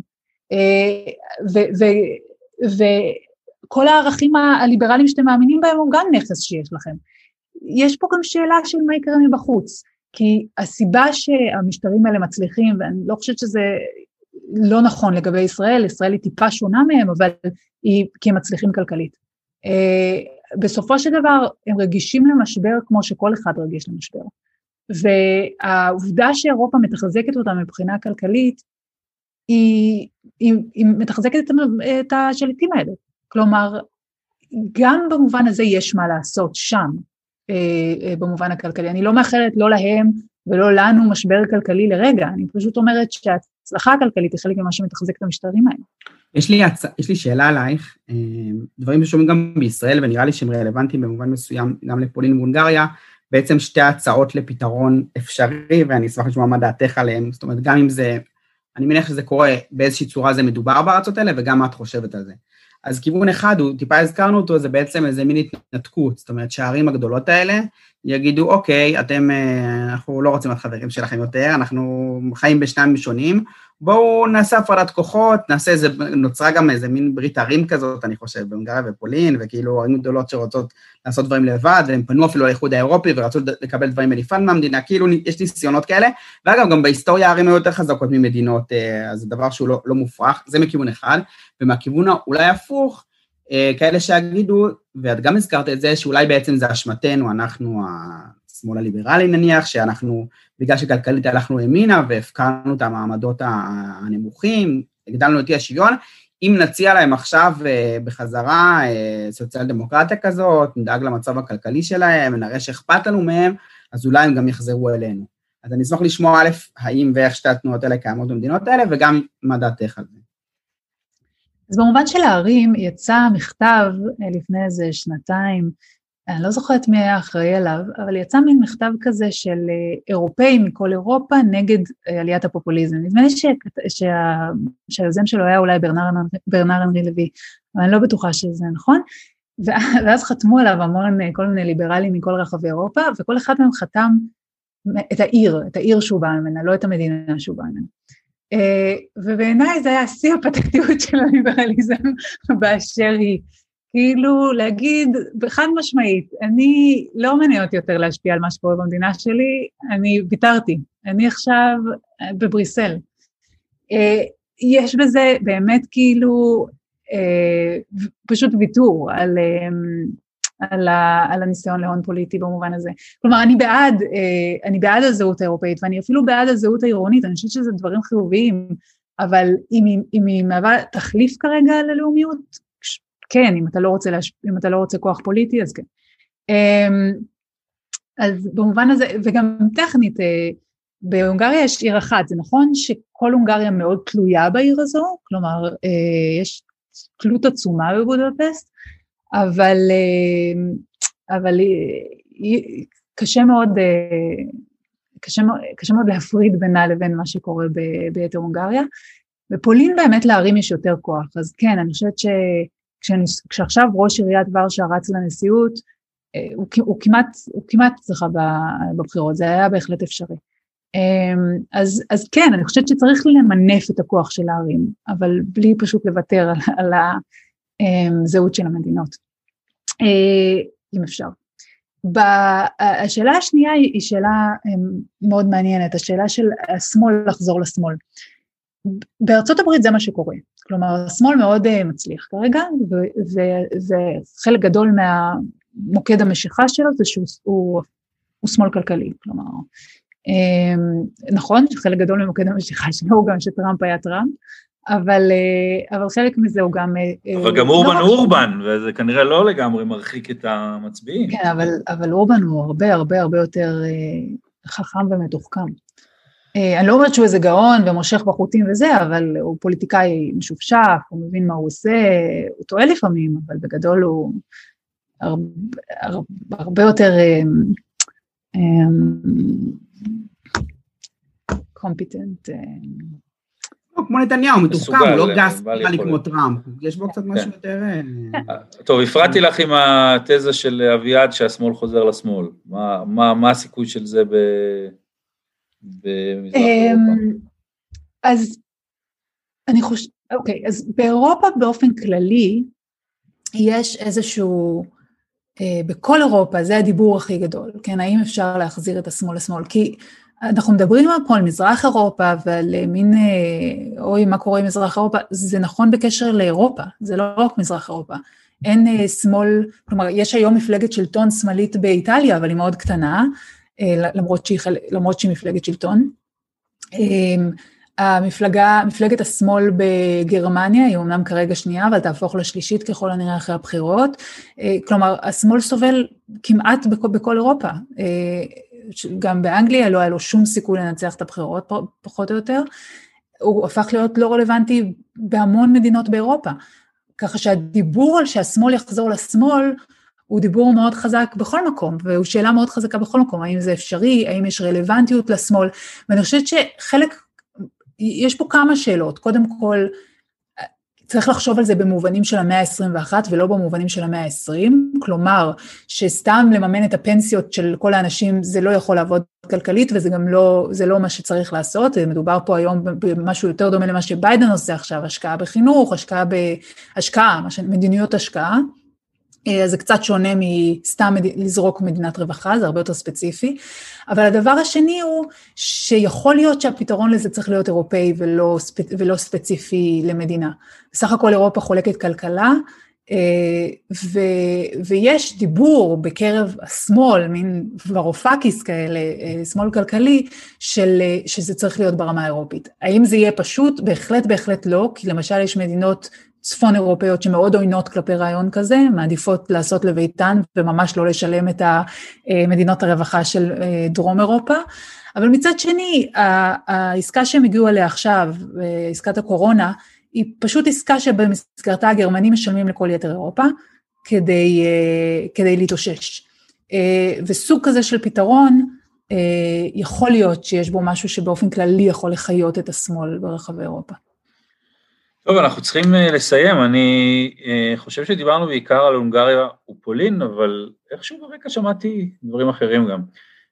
וכל הערכים הליברליים שאתם מאמינים בהם הוא גם נכס שיש לכם. יש פה גם שאלה של מה יקרה מבחוץ, כי הסיבה שהמשטרים האלה מצליחים, ואני לא חושבת שזה לא נכון לגבי ישראל, ישראל היא טיפה שונה מהם, אבל היא, כי הם מצליחים כלכלית. בסופו של דבר, הם רגישים למשבר כמו שכל אחד רגיש למשבר. והעובדה שאירופה מתחזקת אותה מבחינה כלכלית, היא, היא, היא מתחזקת את השליטים האלה. כלומר, גם במובן הזה יש מה לעשות שם, במובן הכלכלי. אני לא מאחלת לא להם ולא לנו משבר כלכלי לרגע, אני פשוט אומרת שההצלחה הכלכלית היא חלק ממה שמתחזק את המשטרים האלה. יש לי, יש לי שאלה עלייך, דברים ששומעים גם בישראל, ונראה לי שהם רלוונטיים במובן מסוים גם לפולין והונגריה, בעצם שתי הצעות לפתרון אפשרי, ואני אשמח לשמוע מה דעתך עליהם, זאת אומרת, גם אם זה, אני מניח שזה קורה באיזושהי צורה זה מדובר בארצות האלה, וגם מה את חושבת על זה. אז כיוון אחד, הוא טיפה הזכרנו אותו, זה בעצם איזה מין התנתקות, זאת אומרת שהערים הגדולות האלה יגידו, אוקיי, אתם, אנחנו לא רוצים את חברים שלכם יותר, אנחנו חיים בשניים שונים, בואו נעשה הפרדת כוחות, נעשה איזה, נוצרה גם איזה מין ברית ערים כזאת, אני חושב, בהונגריה ופולין, וכאילו ערים גדולות שרוצות לעשות דברים לבד, והם פנו אפילו לאיחוד האירופי, ורצו לקבל דברים בנפרד מהמדינה, כאילו יש ניסיונות כאלה, ואגב, גם בהיסטוריה הערים היו יותר חזקות ממדינות, אז זה דבר שהוא לא, לא מופרך, זה מכיוון אחד, ומהכיוון אולי הפוך, כאלה שהגידו, ואת גם הזכרת את זה, שאולי בעצם זה אשמתנו, אנחנו השמאל הליברלי נניח, שאנחנו, בגלל שכלכלית הלכנו ימינה, והפקרנו את המעמדות הנמוכים, הגדלנו את אי השוויון, אם נציע להם עכשיו בחזרה סוציאל דמוקרטיה כזאת, נדאג למצב הכלכלי שלהם, נראה שאכפת לנו מהם, אז אולי הם גם יחזרו אלינו. אז אני אשמח לשמוע א', האם ואיך שתי התנועות האלה קיימות במדינות האלה, וגם מה דעתך על זה. אז במובן של הערים יצא מכתב לפני איזה שנתיים, אני לא זוכרת מי היה אחראי עליו, אבל יצא מין מכתב כזה של אירופאים מכל אירופה נגד עליית הפופוליזם. נדמה לי שה, שהיוזם שלו היה אולי ברנר, ברנר אנרי לוי, אבל אני לא בטוחה שזה נכון, ואז חתמו עליו המון כל מיני ליברלים מכל רחבי אירופה, וכל אחד מהם חתם את העיר, את העיר שהוא בא ממנה, לא את המדינה שהוא בא ממנה. ובעיניי זה היה שיא הפתטיות של הליברליזם באשר היא, כאילו להגיד בחד משמעית, אני לא מעניינת יותר להשפיע על מה שקורה במדינה שלי, אני ויתרתי, אני עכשיו בבריסל. יש בזה באמת כאילו פשוט ויתור על, על, על הניסיון להון פוליטי במובן הזה. כלומר, אני בעד, אני בעד הזהות האירופאית, ואני אפילו בעד הזהות העירונית, אני חושבת שזה דברים חיוביים, אבל אם, אם היא מהווה תחליף כרגע ללאומיות, כן, אם אתה לא רוצה, להשפ... אם אתה לא רוצה כוח פוליטי, אז כן. אז במובן הזה, וגם טכנית, בהונגריה יש עיר אחת, זה נכון שכל הונגריה מאוד תלויה בעיר הזו, כלומר, יש תלות עצומה בבודפסט, אבל, אבל קשה מאוד, קשה, קשה מאוד להפריד בינה לבין מה שקורה ביתר הונגריה, בפולין באמת לערים יש יותר כוח, אז כן, אני חושבת ש... כשעכשיו ראש עיריית ורשה רץ לנשיאות, הוא, הוא כמעט, הוא כמעט זכה בבחירות, זה היה בהחלט אפשרי. אז, אז כן, אני חושבת שצריך למנף את הכוח של הערים, אבל בלי פשוט לוותר על, על הזהות של המדינות, אם אפשר. השאלה השנייה היא שאלה מאוד מעניינת, השאלה של השמאל לחזור לשמאל. בארצות הברית זה מה שקורה, כלומר, השמאל מאוד מצליח כרגע, וחלק גדול מהמוקד המשיכה שלו זה שהוא הוא, הוא שמאל כלכלי, כלומר, נכון, חלק גדול ממוקד המשיכה שלו הוא גם שטראמפ היה טראמפ, אבל, אבל חלק מזה הוא גם... אבל גם אורבן הוא אורבן, וזה כנראה לא לגמרי מרחיק את המצביעים. כן, אבל, אבל אורבן הוא הרבה הרבה הרבה יותר חכם ומתוחכם. אני לא אומרת שהוא איזה גאון ומושך בחוטים וזה, אבל הוא פוליטיקאי משופשף, הוא מבין מה הוא עושה, הוא טועה לפעמים, אבל בגדול הוא הרבה, הרבה יותר קומפיטנט. כמו נתניהו, מתוחכם, הוא לא גס לי כמו טראמפ, יש בו קצת משהו יותר... טוב, הפרעתי לך עם התזה של אביעד שהשמאל חוזר לשמאל, מה הסיכוי של זה ב... במזרח אירופה? אז אני חושבת, אוקיי, אז באירופה באופן כללי, יש איזשהו, בכל אירופה, זה הדיבור הכי גדול, כן, האם אפשר להחזיר את השמאל לשמאל, כי אנחנו מדברים פה על מזרח אירופה, ועל מין, אוי, מה קורה עם מזרח אירופה, זה נכון בקשר לאירופה, זה לא רק מזרח אירופה, אין שמאל, כלומר, יש היום מפלגת שלטון שמאלית באיטליה, אבל היא מאוד קטנה, למרות שהיא, למרות שהיא מפלגת שלטון. המפלגה, מפלגת השמאל בגרמניה, היא אומנם כרגע שנייה, אבל תהפוך לשלישית ככל הנראה אחרי הבחירות. כלומר, השמאל סובל כמעט בכל, בכל אירופה. גם באנגליה לא היה לו שום סיכוי לנצח את הבחירות, פחות או יותר. הוא הפך להיות לא רלוונטי בהמון מדינות באירופה. ככה שהדיבור על שהשמאל יחזור לשמאל, הוא דיבור מאוד חזק בכל מקום, והוא שאלה מאוד חזקה בכל מקום, האם זה אפשרי, האם יש רלוונטיות לשמאל, ואני חושבת שחלק, יש פה כמה שאלות, קודם כל, צריך לחשוב על זה במובנים של המאה ה-עשרים ואחת, ולא במובנים של המאה ה-עשרים, כלומר, שסתם לממן את הפנסיות של כל האנשים, זה לא יכול לעבוד כלכלית, וזה גם לא, זה לא מה שצריך לעשות, מדובר פה היום במשהו יותר דומה למה שביידן עושה עכשיו, השקעה בחינוך, השקעה בהשקעה, מדיניות השקעה, אז זה קצת שונה מסתם לזרוק מדינת רווחה, זה הרבה יותר ספציפי, אבל הדבר השני הוא שיכול להיות שהפתרון לזה צריך להיות אירופאי ולא, ולא ספציפי למדינה. בסך הכל אירופה חולקת כלכלה, ו, ויש דיבור בקרב השמאל, מין ורופקיס כאלה, שמאל כלכלי, של, שזה צריך להיות ברמה האירופית. האם זה יהיה פשוט? בהחלט, בהחלט לא, כי למשל יש מדינות צפון אירופאיות שמאוד עוינות כלפי רעיון כזה, מעדיפות לעשות לביתן וממש לא לשלם את מדינות הרווחה של דרום אירופה, אבל מצד שני, העסקה שהם הגיעו עליה עכשיו, עסקת הקורונה, היא פשוט עסקה שבמסגרתה הגרמנים משלמים לכל יתר אירופה, כדי, כדי להתאושש. וסוג כזה של פתרון, יכול להיות שיש בו משהו שבאופן כללי יכול לחיות את השמאל ברחבי אירופה. טוב, אנחנו צריכים לסיים. אני חושב שדיברנו בעיקר על הונגריה ופולין, אבל איכשהו ברקע שמעתי דברים אחרים גם.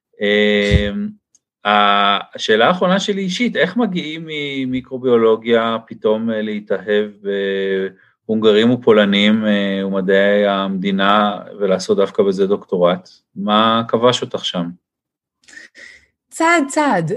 השאלה האחרונה שלי אישית, איך מגיעים ממיקרוביולוגיה פתאום להתאהב בהונגרים ופולנים ומדעי המדינה ולעשות דווקא בזה דוקטורט? מה כבש אותך שם? צעד צעד.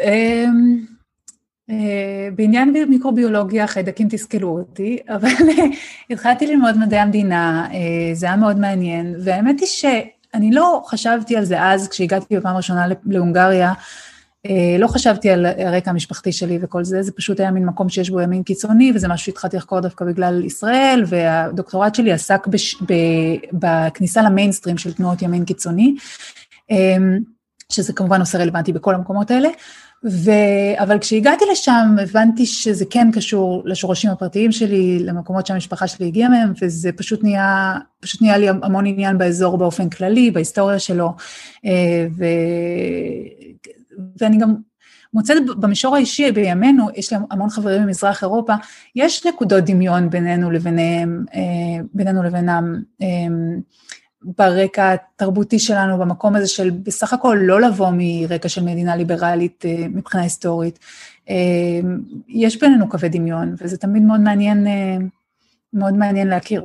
בעניין מיקרוביולוגיה חיידקים תסכלו אותי, אבל התחלתי ללמוד מדעי המדינה, זה היה מאוד מעניין, והאמת היא שאני לא חשבתי על זה אז, כשהגעתי בפעם ראשונה להונגריה, לא חשבתי על הרקע המשפחתי שלי וכל זה, זה פשוט היה מין מקום שיש בו ימין קיצוני, וזה משהו שהתחלתי לחקור דווקא בגלל ישראל, והדוקטורט שלי עסק בש... ב... בכניסה למיינסטרים של תנועות ימין קיצוני, שזה כמובן נושא רלוונטי בכל המקומות האלה, ו... אבל כשהגעתי לשם הבנתי שזה כן קשור לשורשים הפרטיים שלי, למקומות שהמשפחה שלי הגיעה מהם, וזה פשוט נהיה, פשוט נהיה לי המון עניין באזור באופן כללי, בהיסטוריה שלו, ו... ואני גם מוצאת במישור האישי בימינו, יש לי המון חברים ממזרח אירופה, יש נקודות דמיון בינינו לביניהם, בינינו לבינם, ברקע התרבותי שלנו, במקום הזה של בסך הכל לא לבוא מרקע של מדינה ליברלית מבחינה היסטורית. יש בינינו קווי דמיון, וזה תמיד מאוד מעניין, מאוד מעניין להכיר.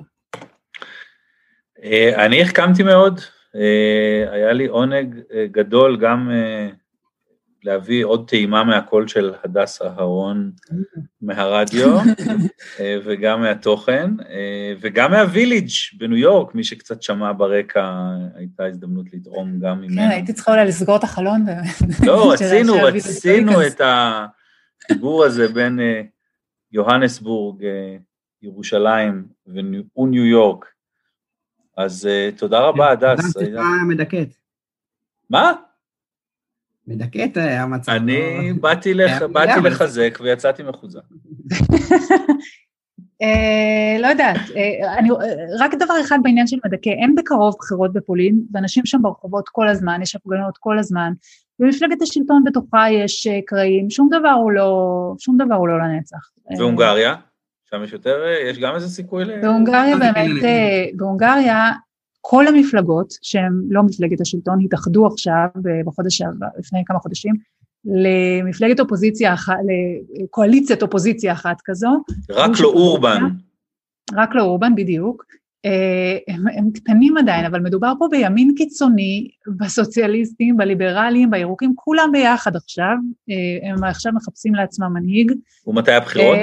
אני החכמתי מאוד, היה לי עונג גדול גם להביא עוד טעימה מהקול של הדס אהרון מהרדיו, וגם מהתוכן, וגם מהוויליג' בניו יורק, מי שקצת שמע ברקע, הייתה הזדמנות לתרום גם ממנו. כן, הייתי צריכה אולי לסגור את החלון. לא, רצינו, רצינו את החיבור הזה בין יוהנסבורג, ירושלים וניו יורק. אז תודה רבה, הדס. הדס, אתה מדקת. מה? מדכאת המצב. אני באתי לחזק ויצאתי מחוזה. לא יודעת, רק דבר אחד בעניין של מדכא, אין בקרוב בחירות בפולין, ואנשים שם ברחובות כל הזמן, יש הפגנות כל הזמן, במפלגת השלטון בתוכה יש קרעים, שום דבר הוא לא, שום דבר הוא לא לנצח. והונגריה? שם יש יותר, יש גם איזה סיכוי ל... בהונגריה באמת, בהונגריה, כל המפלגות שהן לא מפלגת השלטון התאחדו עכשיו בחודש, לפני כמה חודשים, למפלגת אופוזיציה אחת, לקואליציית אופוזיציה אחת כזו. רק לא אורבן. רק לא אורבן, בדיוק. הם, הם קטנים עדיין, אבל מדובר פה בימין קיצוני, בסוציאליסטים, בליברלים, בירוקים, כולם ביחד עכשיו, הם עכשיו מחפשים לעצמם מנהיג. ומתי הבחירות?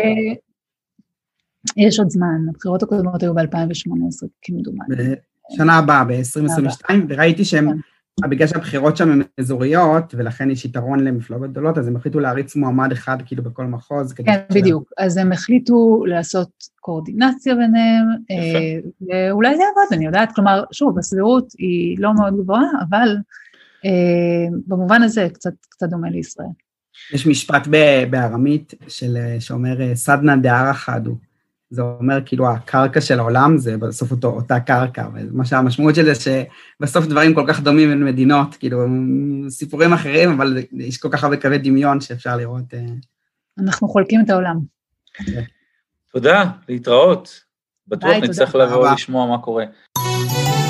יש עוד זמן, הבחירות הקודמות היו ב-אלפיים ושמונה עשרה, כמדומה. שנה הבאה, ב-עשרים עשרים ושתיים, וראיתי שהם, בגלל שהבחירות שם הן אזוריות, ולכן יש יתרון למפלגות גדולות, אז הם החליטו להריץ מועמד אחד, כאילו בכל מחוז. כן, בדיוק. אז הם החליטו לעשות קואורדינציה ביניהם, ואולי זה עבוד, אני יודעת, כלומר, שוב, הסבירות היא לא מאוד גבוהה, אבל במובן הזה קצת דומה לישראל. יש משפט בארמית שאומר, סדנה דערה חדו. זה אומר כאילו הקרקע של העולם, זה בסוף אותו, אותה קרקע, ומה שהמשמעות של זה שבסוף דברים כל כך דומים בין מדינות, כאילו סיפורים אחרים, אבל יש כל כך הרבה קווי דמיון שאפשר לראות. אנחנו חולקים את העולם. תודה, להתראות. בטוח נצטרך לבוא לשמוע מה קורה.